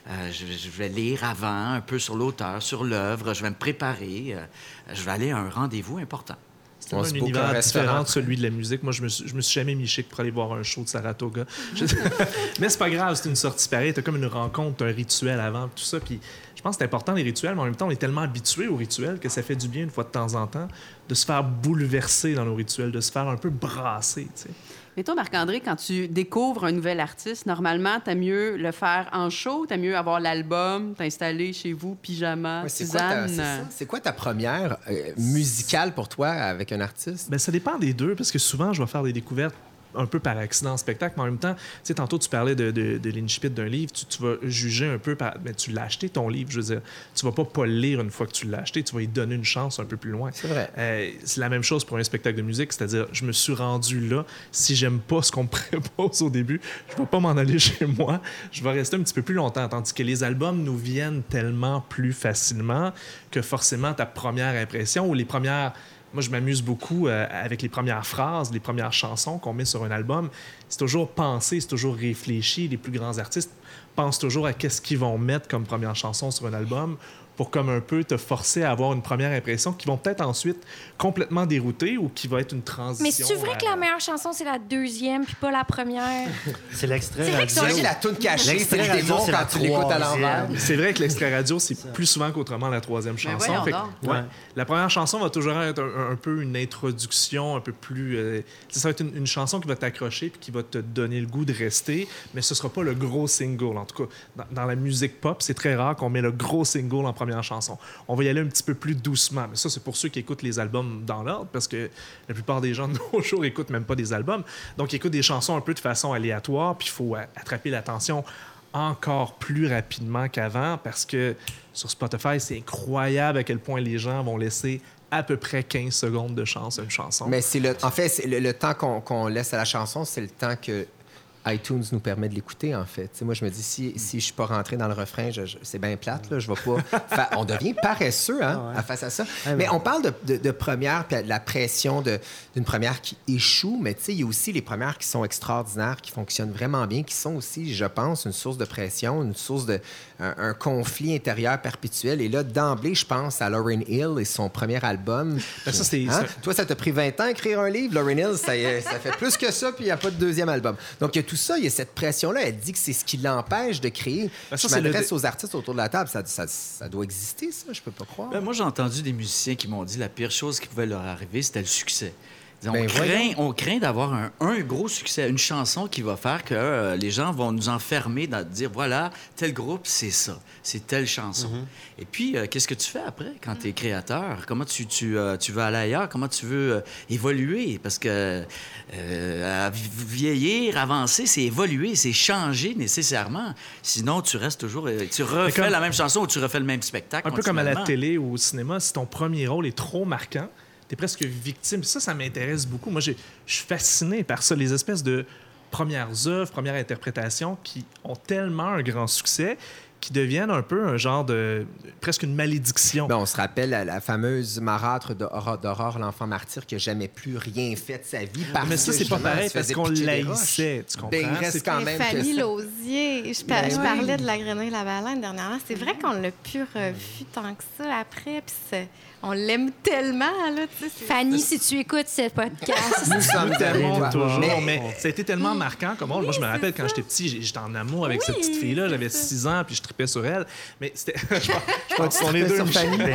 je vais lire avant, un peu sur l'auteur, sur l'œuvre. Je vais me préparer. Je vais aller à un rendez-vous important. C'est un univers différent de celui de la musique. Moi, je me suis jamais mis chic pour aller voir un show de Saratoga. Mais c'est pas grave, c'est une sortie pareille. T'as comme une rencontre, un rituel avant, tout ça. Puis je pense que c'est important, les rituels, mais en même temps, on est tellement habitué aux rituels que ça fait du bien, une fois de temps en temps, de se faire bouleverser dans nos rituels, de se faire un peu brasser, tu sais. Mais toi, Marc-André, quand tu découvres un nouvel artiste, normalement, t'as mieux le faire en show, t'as mieux avoir l'album, t'installer chez vous, pyjama, tisane. C'est quoi ta première musicale pour toi avec un artiste? Bien, ça dépend des deux, parce que souvent, je vais faire des découvertes un peu par accident en spectacle, mais en même temps, tu sais, tantôt, tu parlais de l'incipit d'un livre, tu vas juger un peu par... Mais tu l'as acheté, ton livre, je veux dire. Tu vas pas le lire une fois que tu l'as acheté, tu vas y donner une chance un peu plus loin. C'est vrai. C'est la même chose pour un spectacle de musique, c'est-à-dire, je me suis rendu là. Si j'aime pas ce qu'on me propose au début, je vais pas m'en aller chez moi. Je vais rester un petit peu plus longtemps, tandis que les albums nous viennent tellement plus facilement que forcément ta première impression ou les premières... Moi, je m'amuse beaucoup avec les premières phrases, les premières chansons qu'on met sur un album. C'est toujours pensé, c'est toujours réfléchi. Les plus grands artistes pensent toujours à qu'est-ce qu'ils vont mettre comme première chanson sur un album pour comme un peu te forcer à avoir une première impression qui vont peut-être ensuite complètement dérouter ou qui va être une transition. Mais c'est vrai que la meilleure chanson, c'est la deuxième puis pas la première? C'est l'extrait radio. C'est vrai que la toune cachée, c'est le démon quand tu l'écoutes à l'envers. C'est vrai que l'extrait radio, c'est plus souvent qu'autrement la troisième chanson. La première chanson va toujours être un peu une introduction, un peu plus... ça va être une chanson qui va t'accrocher puis qui va te donner le goût de rester, mais ce sera pas le gros single. En tout cas, dans la musique pop, c'est très rare qu'on met le gros single en première chanson. On va y aller un petit peu plus doucement. Mais ça, c'est pour ceux qui écoutent les albums dans l'ordre, parce que la plupart des gens de nos jours n'écoutent même pas des albums. Donc, ils écoutent des chansons un peu de façon aléatoire, puis il faut attraper l'attention encore plus rapidement qu'avant, parce que sur Spotify, c'est incroyable à quel point les gens vont laisser à peu près 15 secondes de chance à une chanson. Mais en fait, c'est le temps qu'on laisse à la chanson, c'est le temps que iTunes nous permet de l'écouter, en fait. T'sais, moi, je me dis, si je ne suis pas rentré dans le refrain, c'est bien plate, là, je vais pas... On devient paresseux face à ça. Mais on parle de première, puis de la pression d'une première qui échoue, mais il y a aussi les premières qui sont extraordinaires, qui fonctionnent vraiment bien, qui sont aussi, je pense, une source de pression, une source un conflit intérieur perpétuel. Et là, d'emblée, je pense à Lauryn Hill et son premier album. Toi, ça t'a pris 20 ans à écrire un livre. Lauryn Hill, ça fait plus que ça, puis il n'y a pas de deuxième album. Donc, il y a tout ça, il y a cette pression-là. Elle dit que c'est ce qui l'empêche de créer. Je m'adresse aux artistes autour de la table. Ça doit exister, ça, je peux pas croire. Moi, j'ai entendu des musiciens qui m'ont dit la pire chose qui pouvait leur arriver, c'était le succès. On craint d'avoir un gros succès, une chanson qui va faire que les gens vont nous enfermer dans dire, voilà, tel groupe, c'est ça, c'est telle chanson. Et puis, qu'est-ce que tu fais après quand tu es créateur? Comment tu veux aller ailleurs? Comment tu veux évoluer? Parce que vieillir, avancer, c'est évoluer, c'est changer nécessairement. Sinon, tu restes toujours... Tu refais la même chanson ou tu refais le même spectacle. Un peu comme à la télé ou au cinéma, si ton premier rôle est trop marquant, t'es presque victime. Ça m'intéresse beaucoup. Moi, je suis fasciné par ça, les espèces de premières œuvres, premières interprétations qui ont tellement un grand succès qui deviennent un peu un genre de... presque une malédiction. On se rappelle la fameuse marâtre d'Aurore, l'enfant martyr, qui n'a jamais plus rien fait de sa vie. Mais ça, c'est pas pareil parce qu'on l'haïssait, tu comprends? Il reste quand même Fanny Lausier. Je parlais de La Grenouille et la Baleine dernièrement. C'est vrai qu'on l'a plus revu tant que ça après, puis on l'aime tellement, là. Fanny, si tu écoutes ce podcast... Nous sommes tellement toujours. Mais ça a été tellement marquant comme rôle. Moi, je me rappelle quand j'étais petit, j'étais en amour avec cette petite fille-là. J'avais 6 ans, puis je tripais sur elle. Mais c'était... je pense qu'on est deux.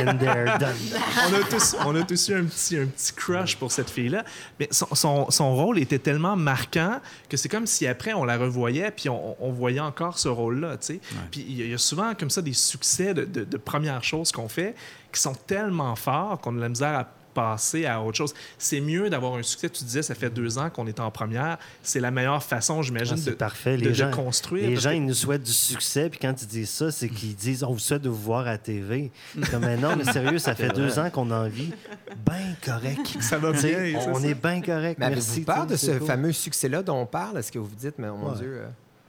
On a tous eu un petit crush pour cette fille-là. Mais son rôle était tellement marquant que c'est comme si après, on la revoyait, puis on voyait encore ce rôle-là, tu sais. Puis il y a souvent comme ça des succès de premières choses qu'on fait qui sont tellement forts qu'on a de la misère à passer à autre chose. C'est mieux d'avoir un succès. Tu disais, ça fait 2 ans qu'on est en première. C'est la meilleure façon, j'imagine, de construire. Les gens, ils nous souhaitent du succès, puis quand ils disent ça, c'est qu'ils disent « on vous souhaite de vous voir à la TV ». Comme non, mais sérieux, ça fait 2 ans qu'on en vit. Ben correct. Ça va bien. On est bien correct. Mais avez-vous peur de ce fameux succès-là dont on parle? Est-ce que vous vous dites, mais mon Dieu...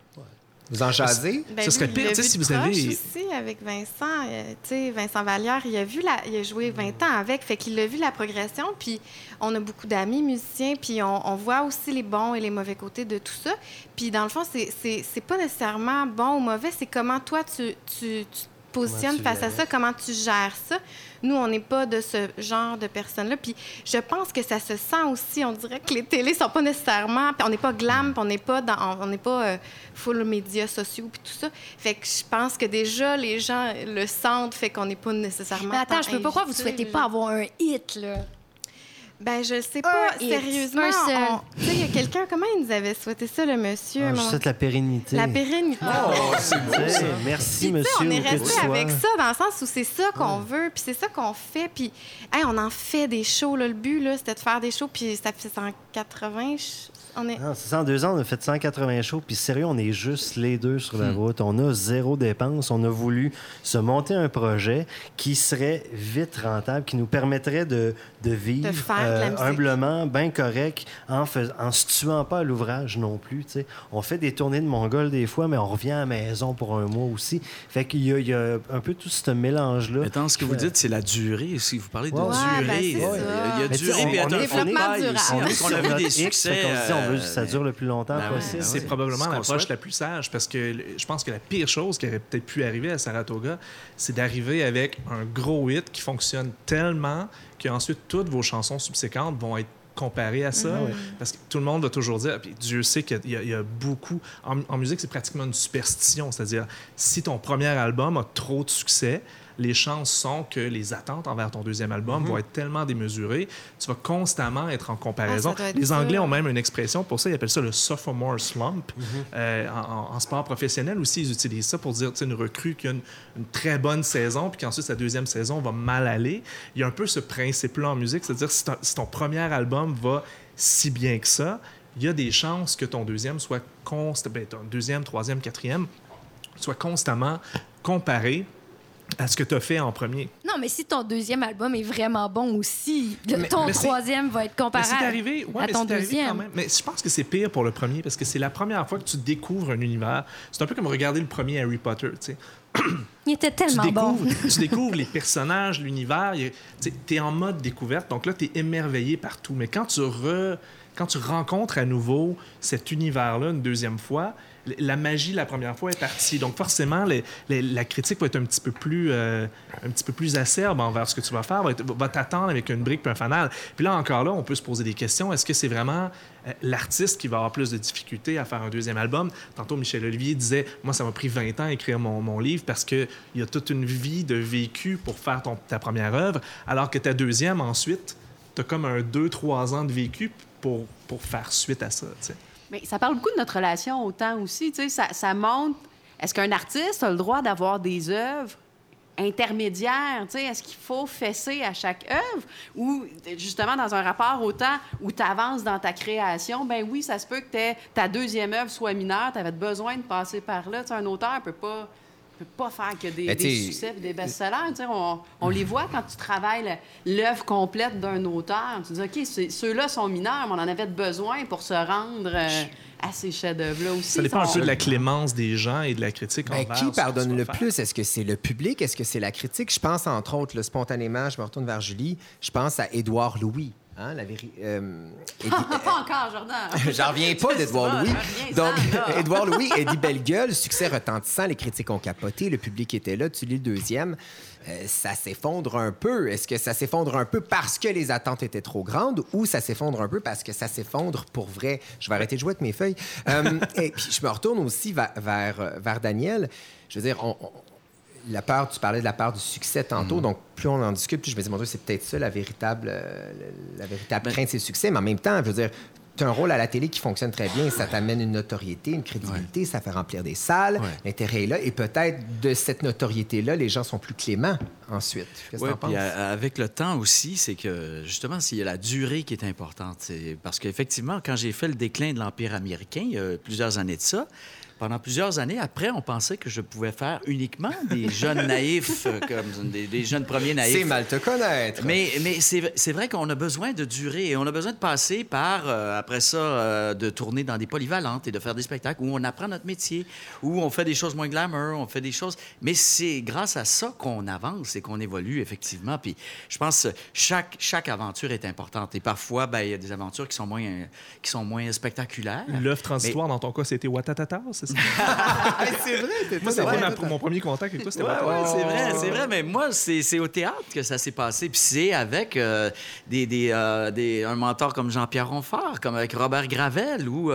Vous en jasez? Ce serait pire, si vous avez... aussi avec Vincent, Vincent Vallière, il a joué 20 ans avec, fait qu'il a vu la progression, puis on a beaucoup d'amis musiciens, puis on voit aussi les bons et les mauvais côtés de tout ça. Puis dans le fond, c'est pas nécessairement bon ou mauvais, c'est comment toi tu te positionnes face à ça, comment tu gères ça. Nous, on n'est pas de ce genre de personnes-là. Puis je pense que ça se sent aussi. On dirait que les télés sont pas nécessairement... On n'est pas glam, puis on n'est pas full médias sociaux, puis tout ça. Fait que je pense que déjà, les gens le sentent, fait qu'on n'est pas nécessairement... Mais attends, je peux pas croire que vous souhaitez pas avoir un hit, là. Ben je sais pas, sérieusement. Il y a quelqu'un, comment il nous avait souhaité ça, le monsieur? Je souhaite la pérennité. La pérennité. Oh, c'est beau, ça. Merci, monsieur. On est resté avec ça, dans le sens où c'est ça qu'on veut, puis c'est ça qu'on fait. Puis, on en fait des shows, là. Le but, là, c'était de faire des shows, puis ça fait 180... Non, c'est ça, en 2 ans, on a fait 180 shows, puis sérieux, on est juste les deux sur la route. On a 0 dépense. On a voulu se monter un projet qui serait vite rentable, qui nous permettrait de vivre humblement, bien correct, en se tuant pas à l'ouvrage non plus. T'sais. On fait des tournées de Mongol des fois, mais on revient à la maison pour un mois aussi. Fait qu'il y a un peu tout ce mélange-là. Mais attends, ce que vous dites, c'est la durée. Si vous parlez de durée, il y a durée et développement durable. On a vu des succès... ça dure le plus longtemps possible. C'est probablement l'approche la plus sage parce que je pense que la pire chose qui aurait peut-être pu arriver à Saratoga, c'est d'arriver avec un gros hit qui fonctionne tellement qu'ensuite toutes vos chansons subséquentes vont être comparées à ça. Parce que tout le monde va toujours dire, puis Dieu sait qu'il y a beaucoup... En musique, c'est pratiquement une superstition. C'est-à-dire, si ton premier album a trop de succès, les chances sont que les attentes envers ton deuxième album vont être tellement démesurées, tu vas constamment être en comparaison. Les Anglais ont même une expression pour ça, ils appellent ça le sophomore slump. En sport professionnel aussi, ils utilisent ça pour dire une recrue qui a une très bonne saison, puis qu'ensuite sa deuxième saison va mal aller. Il y a un peu ce principe-là en musique, c'est-à-dire si ton premier album va si bien que ça, il y a des chances que ton deuxième soit ton deuxième, troisième, quatrième soit constamment comparé à ce que tu as fait en premier. Non, mais si ton deuxième album est vraiment bon aussi, ton troisième va être comparable à ton deuxième. Quand même. Mais je pense que c'est pire pour le premier parce que c'est la première fois que tu découvres un univers. C'est un peu comme regarder le premier Harry Potter, tu sais. Il était tellement bon. Tu découvres les personnages, l'univers. Tu es en mode découverte, donc là, tu es émerveillé partout. Mais quand tu rencontres à nouveau cet univers-là une deuxième fois, la magie la première fois est partie. Donc forcément, la critique va être un petit peu plus acerbe envers ce que tu vas faire, va t'attendre avec une brique et un fanal. Puis là, encore là, on peut se poser des questions. Est-ce que c'est vraiment l'artiste qui va avoir plus de difficultés à faire un deuxième album? Tantôt, Michel Olivier disait, moi, ça m'a pris 20 ans à écrire mon livre parce qu'il y a toute une vie de vécu pour faire ta première œuvre, alors que ta deuxième, ensuite, tu as comme un 2-3 ans de vécu pour faire suite à ça, tu sais. Mais ça parle beaucoup de notre relation au temps aussi, tu sais, ça montre... Est-ce qu'un artiste a le droit d'avoir des œuvres intermédiaire, tu sais, est-ce qu'il faut fesser à chaque œuvre ou justement dans un rapport au temps où tu avances dans ta création, ben oui, ça se peut que ta deuxième œuvre soit mineure, tu avais besoin de passer par là. Tu sais, un auteur peut pas faire que des succès et des best-sellers. Tu sais, on les voit quand tu travailles l'œuvre complète d'un auteur. Tu dis, OK, ceux-là sont mineurs, mais on en avait besoin pour se rendre... à ces chefs-d'œuvre-là aussi. Ça dépend un peu de la clémence des gens et de la critique envers. Qui pardonne le plus? Est-ce que c'est le public? Est-ce que c'est la critique? Je pense, entre autres, là, spontanément, je me retourne vers Julie, je pense à Édouard Louis. Hein, pas encore, Jordan. J'en reviens pas d'Édouard Louis. Donc, Édouard Louis, Eddie Bellegueule, succès retentissant, les critiques ont capoté, le public était là, tu lis le deuxième. Ça s'effondre un peu. Est-ce que ça s'effondre un peu parce que les attentes étaient trop grandes ou ça s'effondre un peu parce que ça s'effondre pour vrai? Je vais arrêter de jouer avec mes feuilles. Et puis, je me retourne aussi vers Daniel. Je veux dire, la peur, tu parlais de la peur du succès tantôt, donc plus on en discute, plus je me dis, mon Dieu, c'est peut-être ça la véritable crainte, c'est le succès, mais en même temps, je veux dire, tu as un rôle à la télé qui fonctionne très bien, ça t'amène une notoriété, une crédibilité, ça fait remplir des salles, l'intérêt est là, et peut-être de cette notoriété-là, les gens sont plus cléments ensuite. Qu'est-ce que tu en penses? Puis avec le temps aussi, c'est que justement, il y a la durée qui est importante. Parce qu'effectivement, quand j'ai fait le déclin de l'Empire américain, il y a plusieurs années de ça, pendant plusieurs années, après, on pensait que je pouvais faire uniquement des jeunes naïfs, comme des jeunes premiers naïfs. C'est mal te connaître. Mais c'est vrai qu'on a besoin de durer et on a besoin de passer par, après ça, de tourner dans des polyvalentes et de faire des spectacles où on apprend notre métier, où on fait des choses moins glamour, on fait des choses... Mais c'est grâce à ça qu'on avance et qu'on évolue, effectivement. Puis je pense que chaque aventure est importante. Et parfois, il y a des aventures qui sont moins spectaculaires. L'œuvre transitoire, dans ton cas, c'était Watatata, c'est ça? C'est vrai. Moi, c'était mon premier contact avec toi, c'était Watatata. C'est vrai, mais moi, c'est au théâtre que ça s'est passé. Puis c'est avec un mentor comme Jean-Pierre Ronfort, comme avec Robert Gravel, où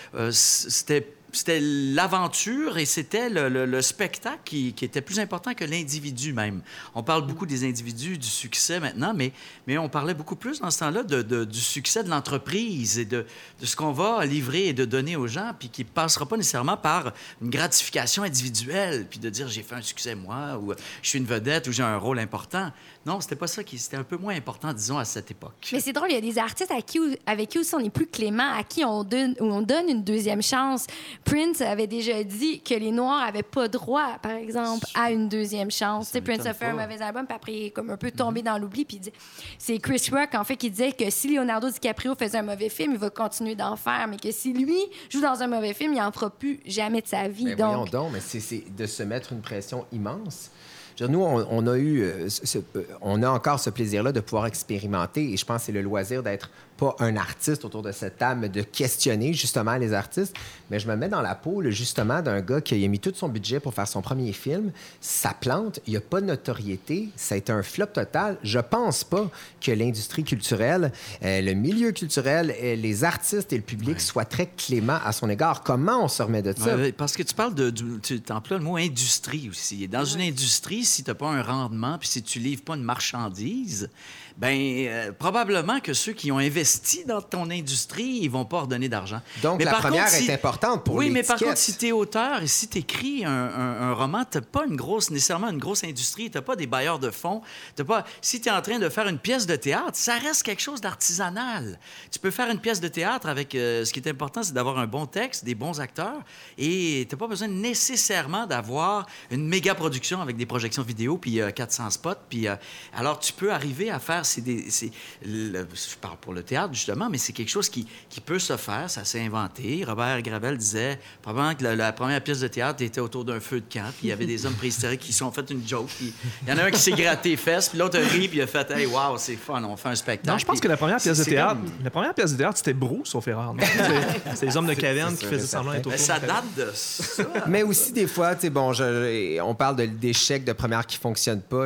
c'était l'aventure et c'était le spectacle qui était plus important que l'individu même. On parle beaucoup des individus, du succès maintenant, mais on parlait beaucoup plus dans ce temps-là du succès de l'entreprise et de ce qu'on va livrer et de donner aux gens, puis qui ne passera pas nécessairement par une gratification individuelle, puis de dire « j'ai fait un succès, moi » ou « je suis une vedette » ou « j'ai un rôle important ». Non, c'était pas ça c'était un peu moins important, disons, à cette époque. Mais c'est drôle, il y a des artistes avec qui aussi on est plus clément, à qui on donne une deuxième chance. Prince avait déjà dit que les Noirs n'avaient pas droit, par exemple, à une deuxième chance. Prince a fait un mauvais album, puis après, il est comme un peu tombé dans l'oubli. Puis c'est Chris Rock, en fait, qui disait que si Leonardo DiCaprio faisait un mauvais film, il va continuer d'en faire, mais que si lui joue dans un mauvais film, il n'en fera plus jamais de sa vie. Mais voyons donc, mais c'est de se mettre une pression immense. Nous, on a encore ce plaisir-là de pouvoir expérimenter et je pense que c'est le loisir d'être pas un artiste autour de cette table, mais de questionner justement les artistes. Mais je me mets dans la peau, justement, d'un gars qui a mis tout son budget pour faire son premier film. Ça plante, il n'y a pas de notoriété. Ça a été un flop total. Je pense pas que l'industrie culturelle, le milieu culturel, les artistes et le public soient très cléments à son égard. Comment on se remet de ça? Parce que tu parles tu emploies le mot industrie aussi. Et dans une industrie, si tu n'as pas un rendement puis si tu livres pas une marchandise, probablement que ceux qui ont investi dans ton industrie, ils vont pas redonner d'argent. Donc, la première est importante pour l'étiquette. Oui, mais par contre, si tu es auteur et si tu écris un roman, tu n'as pas nécessairement une grosse industrie, tu n'as pas des bailleurs de fonds. Si tu es en train de faire une pièce de théâtre, ça reste quelque chose d'artisanal. Tu peux faire une pièce de théâtre avec... ce qui est important, c'est d'avoir un bon texte, des bons acteurs, et tu n'as pas besoin nécessairement d'avoir une méga production avec des projections vidéo, puis 400 spots. Puis, alors, tu peux arriver à faire... je parle pour le théâtre, justement, mais c'est quelque chose qui peut se faire. Ça s'est inventé. Robert Gravel disait probablement que la première pièce de théâtre était autour d'un feu de camp, puis il y avait des hommes préhistoriques qui se sont fait une joke. Puis il y en a un qui s'est gratté les fesses, puis l'autre rit, puis il a fait « Hey, wow, c'est fun, on fait un spectacle. » Non, je pense que la première pièce de théâtre, c'était Brou, sauf erreur. C'est les hommes de caverne qui faisaient semblant d'être autour. Ça date de ça. Mais aussi, des fois, on parle d'échecs de première qui ne fonctionnent pas. J'ai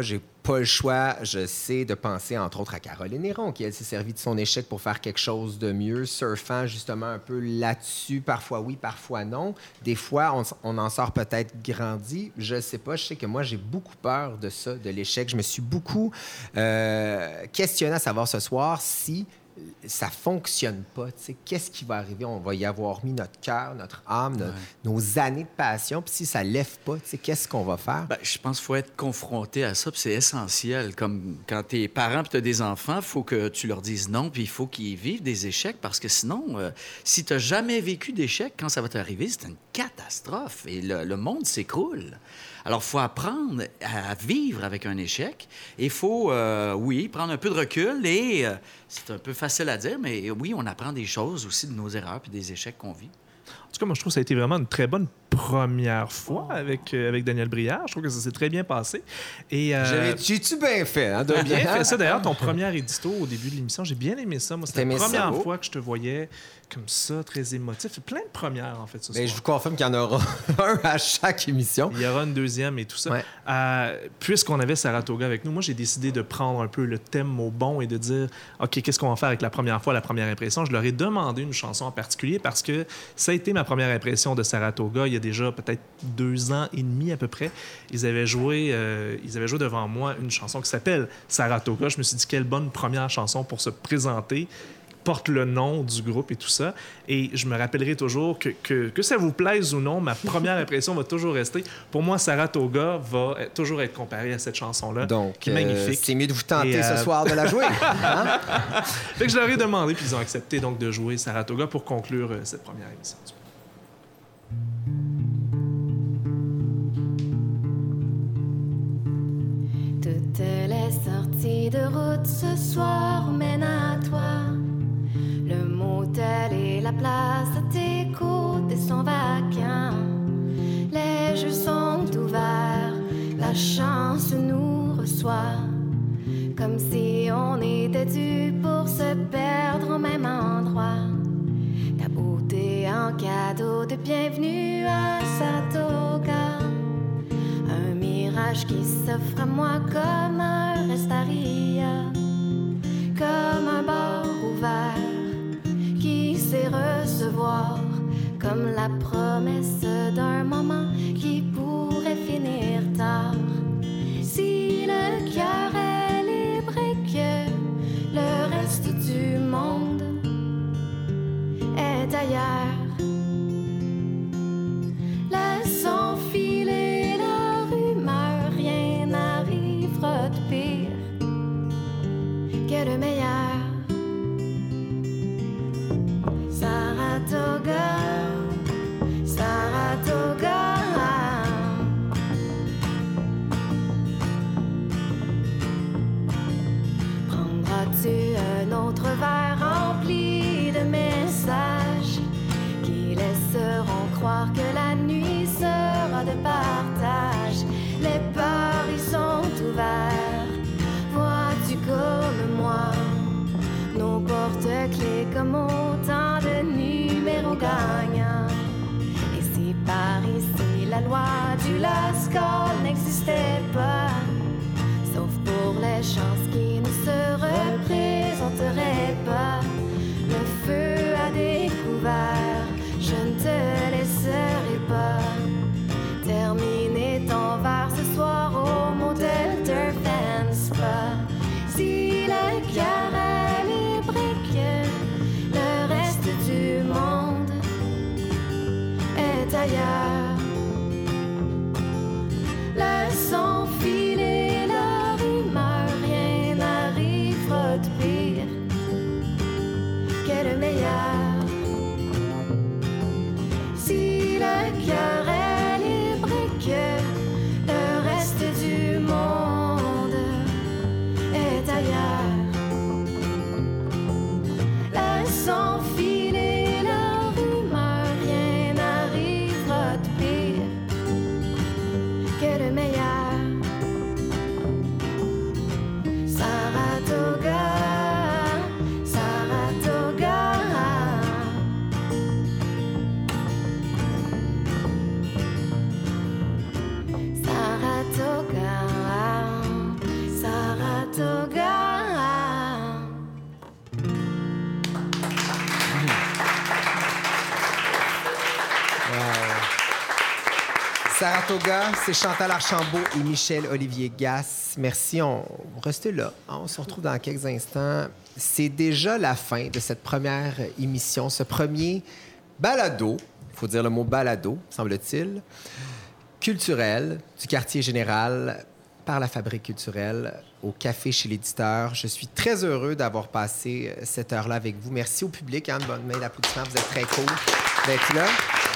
pas le choix, je sais, de penser entre autres à Caroline Néron, qui elle s'est servie de son échec pour faire quelque chose de mieux, surfant justement un peu là-dessus, parfois oui, parfois non. Des fois, on en sort peut-être grandi, je sais pas, je sais que moi j'ai beaucoup peur de ça, de l'échec. Je me suis beaucoup questionné à savoir ce soir si ça fonctionne pas. Qu'est-ce qui va arriver? On va y avoir mis notre cœur, notre âme, nos années de passion. Puis si ça lève pas, qu'est-ce qu'on va faire? Bien, je pense qu'il faut être confronté à ça. Puis c'est essentiel. Comme quand tu es parent et tu as des enfants, il faut que tu leur dises non. Puis il faut qu'ils vivent des échecs. Parce que sinon, si tu n'as jamais vécu d'échecs, quand ça va t'arriver, c'est une catastrophe. Et le monde s'écroule. Alors, il faut apprendre à vivre avec un échec. Et il faut, oui, prendre un peu de recul. Et c'est un peu facile à dire, mais oui, on apprend des choses aussi de nos erreurs et des échecs qu'on vit. En tout cas, moi, je trouve que ça a été vraiment une très bonne première fois avec Daniel Brière. Je trouve que ça s'est très bien passé. Et j'ai-tu bien fait, hein? Bien fait ça. D'ailleurs, ton premier édito au début de l'émission, j'ai bien aimé ça. Moi, c'était la première fois que je te voyais comme ça, très émotif. C'est plein de premières, en fait, ce soir. Je vous confirme qu'il y en aura un à chaque émission. Il y aura une deuxième et tout ça. Ouais. Puisqu'on avait Saratoga avec nous, moi, j'ai décidé de prendre un peu le thème au bon et de dire, OK, qu'est-ce qu'on va faire avec la première fois, la première impression? Je leur ai demandé une chanson en particulier parce que ça a été ma première impression de Saratoga il y a déjà peut-être 2 ans et demi à peu près. Ils avaient joué devant moi une chanson qui s'appelle Saratoga. Je me suis dit, quelle bonne première chanson pour se présenter, porte le nom du groupe et tout ça. Et je me rappellerai toujours que ça vous plaise ou non, ma première impression va toujours rester. Pour moi, Saratoga va toujours être comparée à cette chanson-là. Donc, qui est magnifique. C'est mieux de vous tenter ce soir de la jouer. Hein? Fait que je leur ai demandé, puis ils ont accepté donc de jouer Saratoga pour conclure cette première émission. Toutes les sorties de route ce soir mènent à toi. Le motel et la place à tes côtés sont vacants. Les jeux sont ouverts, la chance nous reçoit. Comme si on était dû pour se perdre au même endroit. Ta beauté en cadeau de bienvenue à Saratoga. Un mirage qui s'offre à moi comme un restaria. Comme un bar ouvert qui sait recevoir, comme la promesse d'un moment qui pourrait finir tard. Si le cœur est libre et que le reste du monde est ailleurs, laissons filer la rumeur, rien n'arrivera de pire que le meilleur. Saratoga, Saratoga. Prendras-tu un autre verre rempli de messages qui laisseront croire que la nuit sera de partage? Les paris sont ouverts, vois-tu comme moi? Nos porte-clés comme autant de numéros gagnants. Et si par ici la loi du last call n'existait pas, sauf pour les chances qui ne se représenteraient pas, le feu a découvert, je ne te laisserai pas terminer ton verre ce soir au motel Turf and Spa. Si le cœur est libre et que le reste du monde est ailleurs, laissons filer la rumeur, rien Saratoga, c'est Chantal Archambault et Michel-Olivier Gasse. Merci, restez là. On se retrouve dans quelques instants. C'est déjà la fin de cette première émission, ce premier balado, il faut dire le mot balado, semble-t-il, culturel du quartier général par la Fabrique culturelle au Café chez l'éditeur. Je suis très heureux d'avoir passé cette heure-là avec vous. Merci au public. Une bonne main d'applaudissements. Vous êtes très cool d'être là.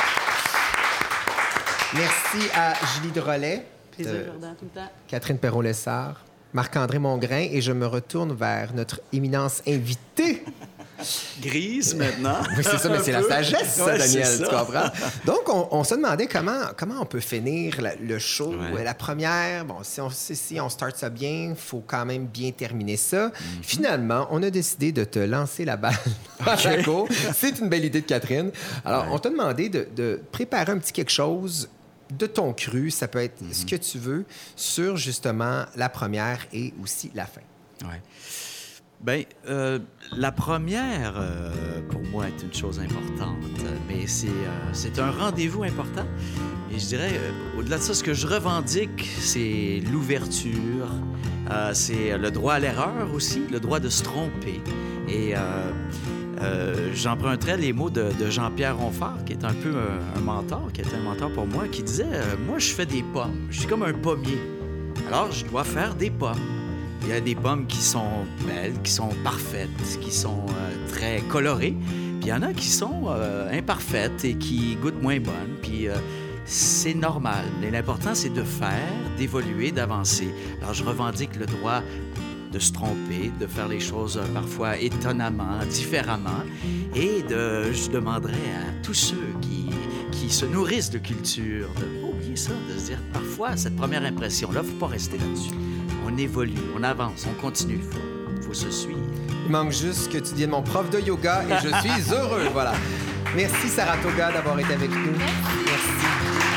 Merci à Julie Drolet. Plaisir, Jordan, tout le temps. Catherine Perron-Lessard, Marc-André Mongrain. Et je me retourne vers notre éminence invitée. Grise, maintenant. Oui, c'est ça, mais c'est la sagesse, ça, ouais, Daniel, ça. Tu comprends? Donc, on se demandait comment on peut finir le show. Ouais. La première, bon, si on start ça bien, il faut quand même bien terminer ça. Finalement, on a décidé de te lancer la balle à la cour. C'est une belle idée de Catherine. Alors, on t'a demandé de préparer un petit quelque chose de ton cru, ça peut être ce que tu veux, sur justement la première et aussi la fin. Oui. Bien, la première, pour moi, est une chose importante, mais c'est un rendez-vous important. Et je dirais, au-delà de ça, ce que je revendique, c'est l'ouverture, c'est le droit à l'erreur aussi, le droit de se tromper. Et j'emprunterais les mots de Jean-Pierre Ronfort, qui est un peu un mentor, qui était un mentor pour moi, qui disait moi, je fais des pommes. Je suis comme un pommier. Alors, je dois faire des pommes. Il y a des pommes qui sont belles, qui sont parfaites, qui sont très colorées. Puis il y en a qui sont imparfaites et qui goûtent moins bonnes. Puis c'est normal. Mais l'important, c'est de faire, d'évoluer, d'avancer. Alors, je revendique le droit de se tromper, de faire les choses parfois étonnamment, différemment. Et je demanderais à tous ceux qui se nourrissent de culture de ne pas oublier ça, de se dire parfois, cette première impression-là, il ne faut pas rester là-dessus. On évolue, on avance, on continue. Il faut se suivre. Il manque juste que tu deviennes mon prof de yoga et je suis heureux. Voilà. Merci, Saratoga, d'avoir été avec nous. Merci.